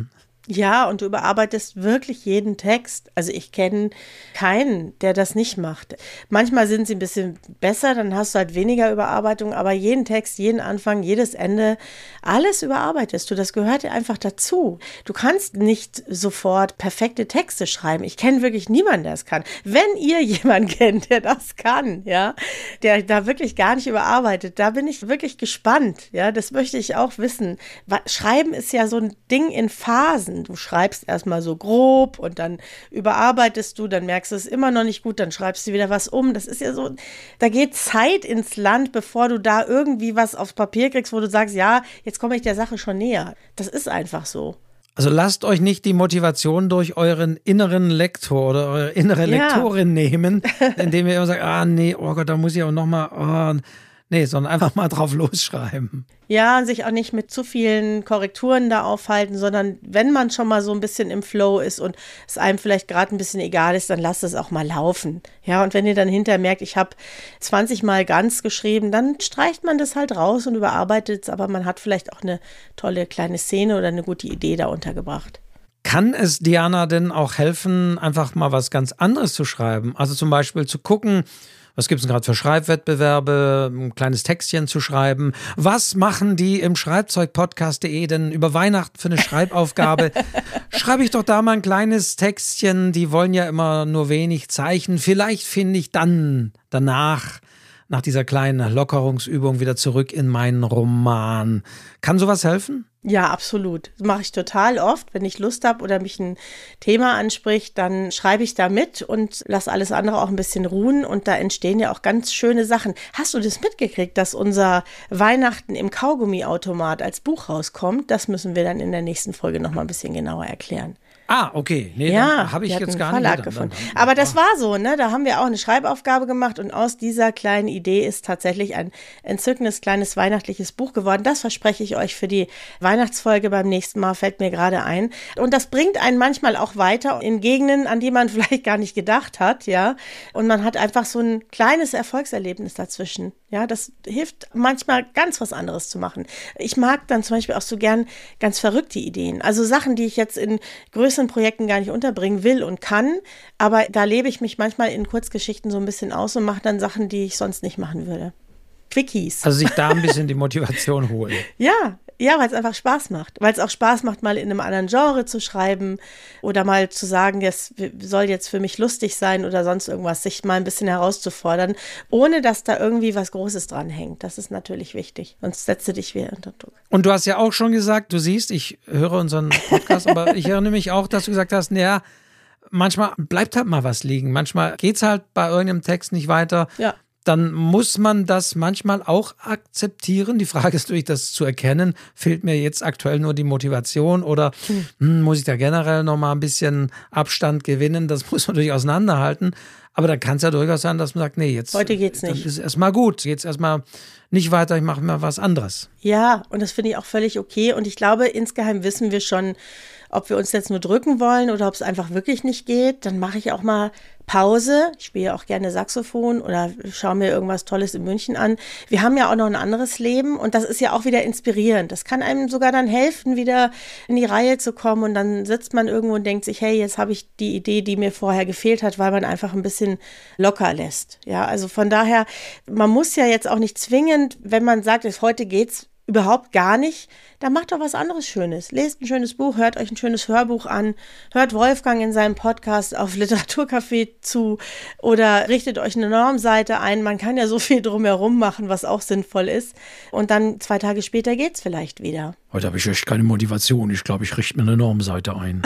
Ja, und du überarbeitest wirklich jeden Text. Also ich kenne keinen, der das nicht macht. Manchmal sind sie ein bisschen besser, dann hast du halt weniger Überarbeitung, aber jeden Text, jeden Anfang, jedes Ende, alles überarbeitest du. Das gehört dir einfach dazu. Du kannst nicht sofort perfekte Texte schreiben. Ich kenne wirklich niemanden, der es kann. Wenn ihr jemanden kennt, der das kann, ja, der da wirklich gar nicht überarbeitet, da bin ich wirklich gespannt. Ja, das möchte ich auch wissen. Schreiben ist ja so ein Ding in Phasen. Du schreibst erstmal so grob und dann überarbeitest du, dann merkst du es immer noch nicht gut, dann schreibst du wieder was um. Das ist ja so, da geht Zeit ins Land, bevor du da irgendwie was aufs Papier kriegst, wo du sagst, ja, jetzt komme ich der Sache schon näher. Das ist einfach so. Also lasst euch nicht die Motivation durch euren inneren Lektor oder eure innere Ja. Lektorin nehmen, indem ihr immer sagt, ah nee, oh Gott, da muss ich auch nochmal, oh, nee, sondern einfach mal drauf losschreiben. Ja, sich auch nicht mit zu vielen Korrekturen da aufhalten, sondern wenn man schon mal so ein bisschen im Flow ist und es einem vielleicht gerade ein bisschen egal ist, dann lasst es auch mal laufen. Ja, und wenn ihr dann hinterher merkt, ich habe zwanzig Mal ganz geschrieben, dann streicht man das halt raus und überarbeitet es, aber man hat vielleicht auch eine tolle kleine Szene oder eine gute Idee da untergebracht. Kann es Diana denn auch helfen, einfach mal was ganz anderes zu schreiben? Also zum Beispiel zu gucken, was gibt es denn gerade für Schreibwettbewerbe, ein kleines Textchen zu schreiben? Was machen die im Schreibzeugpodcast punkt de denn über Weihnachten für eine Schreibaufgabe? Schreibe ich doch da mal ein kleines Textchen, die wollen ja immer nur wenig Zeichen. Vielleicht finde ich dann danach, nach dieser kleinen Lockerungsübung, wieder zurück in meinen Roman. Kann sowas helfen? Ja, absolut. Das mache ich total oft. Wenn ich Lust habe oder mich ein Thema anspricht, dann schreibe ich da mit und lasse alles andere auch ein bisschen ruhen. Und da entstehen ja auch ganz schöne Sachen. Hast du das mitgekriegt, dass unser Weihnachten im Kaugummiautomat als Buch rauskommt? Das müssen wir dann in der nächsten Folge noch mal ein bisschen genauer erklären. Ah, okay. Nee, ja, habe ich jetzt gar Verlag nicht gefunden. Dann, dann, Aber das war so, ne? Da haben wir auch eine Schreibaufgabe gemacht und aus dieser kleinen Idee ist tatsächlich ein entzückendes kleines weihnachtliches Buch geworden. Das verspreche ich euch für die Weihnachtsfolge beim nächsten Mal, fällt mir gerade ein. Und das bringt einen manchmal auch weiter in Gegenden, an die man vielleicht gar nicht gedacht hat, ja. Und man hat einfach so ein kleines Erfolgserlebnis dazwischen. Ja, das hilft manchmal ganz was anderes zu machen. Ich mag dann zum Beispiel auch so gern ganz verrückte Ideen. Also Sachen, die ich jetzt in größeren Projekten gar nicht unterbringen will und kann. Aber da lebe ich mich manchmal in Kurzgeschichten so ein bisschen aus und mache dann Sachen, die ich sonst nicht machen würde. Quickies. Also sich da ein bisschen die Motivation holen. Ja, ja, weil es einfach Spaß macht. Weil es auch Spaß macht, mal in einem anderen Genre zu schreiben oder mal zu sagen, das soll jetzt für mich lustig sein oder sonst irgendwas, sich mal ein bisschen herauszufordern, ohne dass da irgendwie was Großes dran hängt. Das ist natürlich wichtig. Sonst setzt du dich wieder unter Druck. Und du hast ja auch schon gesagt, du siehst, ich höre unseren Podcast, aber ich erinnere mich auch, dass du gesagt hast, naja, manchmal bleibt halt mal was liegen. Manchmal geht es halt bei irgendeinem Text nicht weiter. Ja. Dann muss man das manchmal auch akzeptieren. Die Frage ist, durch das zu erkennen, fehlt mir jetzt aktuell nur die Motivation oder hm. Hm, muss ich da generell noch mal ein bisschen Abstand gewinnen? Das muss man natürlich auseinanderhalten. Aber da kann es ja durchaus sein, dass man sagt, nee, jetzt heute geht's nicht. Dann ist erstmal gut. Jetzt erstmal nicht weiter, ich mache mal was anderes. Ja, und das finde ich auch völlig okay. Und ich glaube, insgeheim wissen wir schon, ob wir uns jetzt nur drücken wollen oder ob es einfach wirklich nicht geht. Dann mache ich auch mal Pause. Ich spiele auch gerne Saxophon oder schaue mir irgendwas Tolles in München an. Wir haben ja auch noch ein anderes Leben und das ist ja auch wieder inspirierend. Das kann einem sogar dann helfen, wieder in die Reihe zu kommen und dann sitzt man irgendwo und denkt sich, hey, jetzt habe ich die Idee, die mir vorher gefehlt hat, weil man einfach ein bisschen locker lässt. Ja, also von daher, man muss ja jetzt auch nicht zwingend, wenn man sagt, jetzt heute geht's überhaupt gar nicht, dann macht doch was anderes Schönes. Lest ein schönes Buch, hört euch ein schönes Hörbuch an, hört Wolfgang in seinem Podcast auf Literaturcafé zu oder richtet euch eine Normseite ein. Man kann ja so viel drumherum machen, was auch sinnvoll ist. Und dann zwei Tage später geht's vielleicht wieder. Heute habe ich echt keine Motivation. Ich glaube, ich richte mir eine Normseite ein.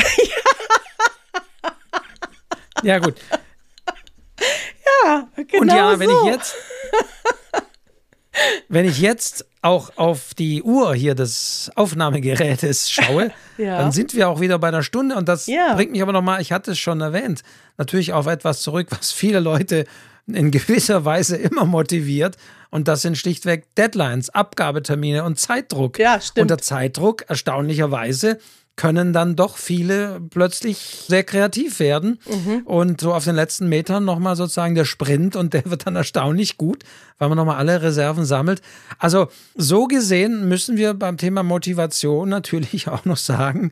Ja, gut. Ja, genau Und ja, wenn so. ich jetzt Wenn ich jetzt auch auf die Uhr hier des Aufnahmegerätes schaue, ja. dann sind wir auch wieder bei einer Stunde. Und das ja. bringt mich aber nochmal, ich hatte es schon erwähnt, natürlich auf etwas zurück, was viele Leute in gewisser Weise immer motiviert. Und das sind schlichtweg Deadlines, Abgabetermine und Zeitdruck. Ja, stimmt. Unter Zeitdruck, erstaunlicherweise, können dann doch viele plötzlich sehr kreativ werden mhm. und so auf den letzten Metern nochmal sozusagen der Sprint und der wird dann erstaunlich gut, weil man nochmal alle Reserven sammelt. Also so gesehen müssen wir beim Thema Motivation natürlich auch noch sagen,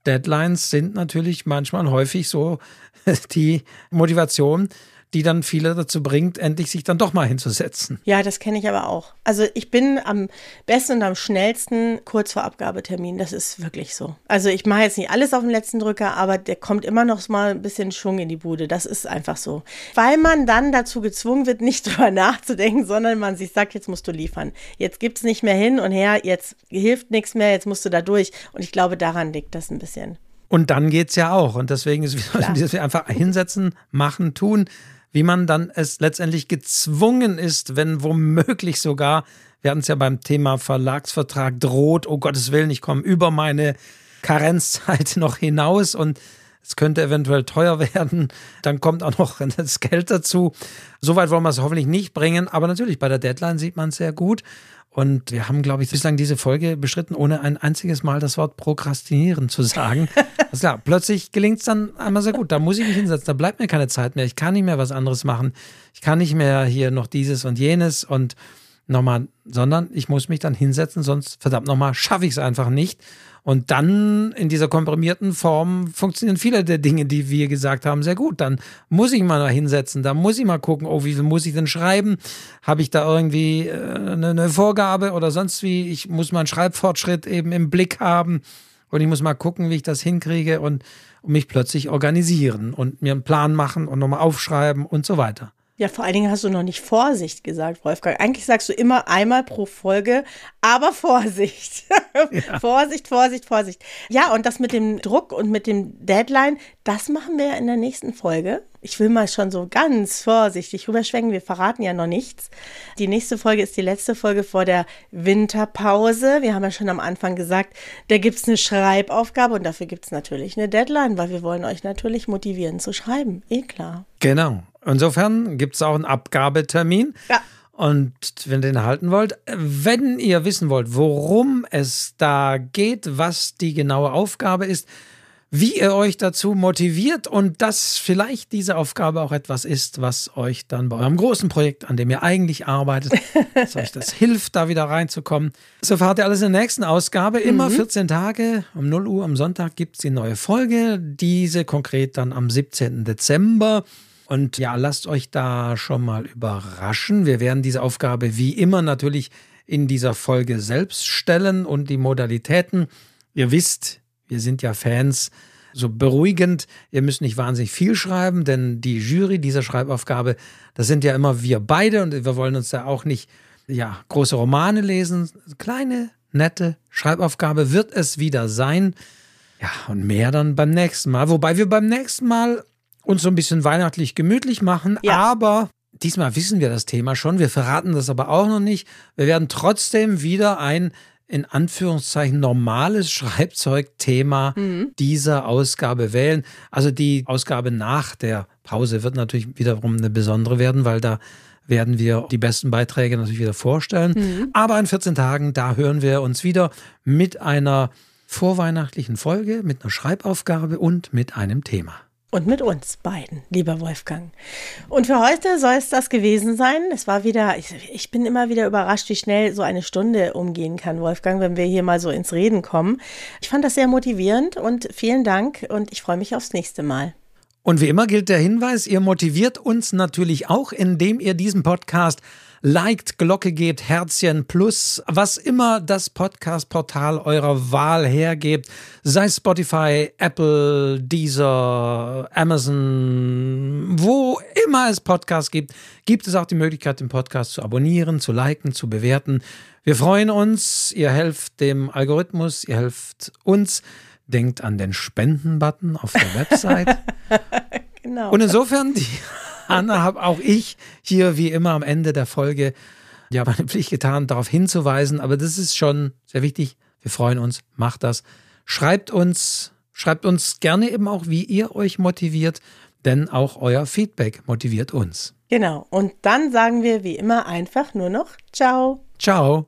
Deadlines sind natürlich manchmal häufig so die Motivation, die dann viele dazu bringt, endlich sich dann doch mal hinzusetzen. Ja, das kenne ich aber auch. Also ich bin am besten und am schnellsten kurz vor Abgabetermin. Das ist wirklich so. Also ich mache jetzt nicht alles auf den letzten Drücker, aber der kommt immer noch mal ein bisschen Schwung in die Bude. Das ist einfach so. Weil man dann dazu gezwungen wird, nicht drüber nachzudenken, sondern man sich sagt, jetzt musst du liefern. Jetzt gibt es nicht mehr hin und her, jetzt hilft nichts mehr, jetzt musst du da durch. Und ich glaube, daran liegt das ein bisschen. Und dann geht es ja auch. Und deswegen ist es wieder, dass wir einfach hinsetzen, machen, tun, wie man dann es letztendlich gezwungen ist, wenn womöglich sogar, wir hatten es ja beim Thema Verlagsvertrag, droht, oh Gottes Willen, ich komme über meine Karenzzeit noch hinaus und es könnte eventuell teuer werden, dann kommt auch noch das Geld dazu. Soweit wollen wir es hoffentlich nicht bringen, aber natürlich bei der Deadline sieht man es sehr gut. Und wir haben, glaube ich, bislang diese Folge bestritten, ohne ein einziges Mal das Wort Prokrastinieren zu sagen. Also klar, plötzlich gelingt es dann einmal sehr gut. Da muss ich mich hinsetzen, da bleibt mir keine Zeit mehr. Ich kann nicht mehr was anderes machen. Ich kann nicht mehr hier noch dieses und jenes und nochmal, sondern ich muss mich dann hinsetzen, sonst verdammt nochmal schaffe ich es einfach nicht. Und dann in dieser komprimierten Form funktionieren viele der Dinge, die wir gesagt haben, sehr gut. Dann muss ich mal hinsetzen, da muss ich mal gucken, oh, wie viel muss ich denn schreiben? Habe ich da irgendwie äh, eine, eine Vorgabe oder sonst wie? Ich muss meinen Schreibfortschritt eben im Blick haben und ich muss mal gucken, wie ich das hinkriege und, und mich plötzlich organisieren und mir einen Plan machen und nochmal aufschreiben und so weiter. Ja, vor allen Dingen hast du noch nicht Vorsicht gesagt, Wolfgang. Eigentlich sagst du immer einmal pro Folge, aber Vorsicht. Ja. Vorsicht, Vorsicht, Vorsicht. Ja, und das mit dem Druck und mit dem Deadline, das machen wir ja in der nächsten Folge. Ich will mal schon so ganz vorsichtig rüberschwenken, wir verraten ja noch nichts. Die nächste Folge ist die letzte Folge vor der Winterpause. Wir haben ja schon am Anfang gesagt, da gibt es eine Schreibaufgabe und dafür gibt es natürlich eine Deadline, weil wir wollen euch natürlich motivieren zu schreiben. Eh klar. Genau. Insofern gibt es auch einen Abgabetermin. Ja. Und wenn ihr den halten wollt, wenn ihr wissen wollt, worum es da geht, was die genaue Aufgabe ist, wie ihr euch dazu motiviert und dass vielleicht diese Aufgabe auch etwas ist, was euch dann bei eurem großen Projekt, an dem ihr eigentlich arbeitet, dass euch das hilft, da wieder reinzukommen. So erfahrt ihr alles in der nächsten Ausgabe. Immer mhm. vierzehn Tage, um null Uhr am Sonntag gibt es die neue Folge. Diese konkret dann am siebzehnten Dezember. Und ja, lasst euch da schon mal überraschen. Wir werden diese Aufgabe wie immer natürlich in dieser Folge selbst stellen und die Modalitäten. Ihr wisst, wir sind ja Fans, so beruhigend. Ihr müsst nicht wahnsinnig viel schreiben, denn die Jury dieser Schreibaufgabe, das sind ja immer wir beide und wir wollen uns da auch nicht ja, große Romane lesen. Kleine, nette Schreibaufgabe wird es wieder sein. Ja, und mehr dann beim nächsten Mal. Wobei wir beim nächsten Mal uns so ein bisschen weihnachtlich gemütlich machen, ja. Aber diesmal wissen wir das Thema schon, wir verraten das aber auch noch nicht. Wir werden trotzdem wieder ein, in Anführungszeichen, normales Schreibzeugthema mhm. dieser Ausgabe wählen. Also die Ausgabe nach der Pause wird natürlich wiederum eine besondere werden, weil da werden wir die besten Beiträge natürlich wieder vorstellen. Mhm. Aber in vierzehn Tagen, da hören wir uns wieder mit einer vorweihnachtlichen Folge, mit einer Schreibaufgabe und mit einem Thema. Und mit uns beiden, lieber Wolfgang. Und für heute soll es das gewesen sein. Es war wieder, ich, ich bin immer wieder überrascht, wie schnell so eine Stunde umgehen kann, Wolfgang, wenn wir hier mal so ins Reden kommen. Ich fand das sehr motivierend und vielen Dank und ich freue mich aufs nächste Mal. Und wie immer gilt der Hinweis, ihr motiviert uns natürlich auch, indem ihr diesen Podcast liked, Glocke gebt, Herzchen plus, was immer das Podcast-Portal eurer Wahl hergebt, sei Spotify, Apple, Deezer, Amazon, wo immer es Podcasts gibt, gibt es auch die Möglichkeit, den Podcast zu abonnieren, zu liken, zu bewerten. Wir freuen uns, ihr helft dem Algorithmus, ihr helft uns, denkt an den Spenden-Button auf der Website. Genau. Und insofern, die Anna, habe auch ich hier wie immer am Ende der Folge ja meine Pflicht getan, darauf hinzuweisen. Aber das ist schon sehr wichtig. Wir freuen uns. Macht das. Schreibt uns, schreibt uns gerne eben auch, wie ihr euch motiviert, denn auch euer Feedback motiviert uns. Genau. Und dann sagen wir wie immer einfach nur noch Ciao. Ciao.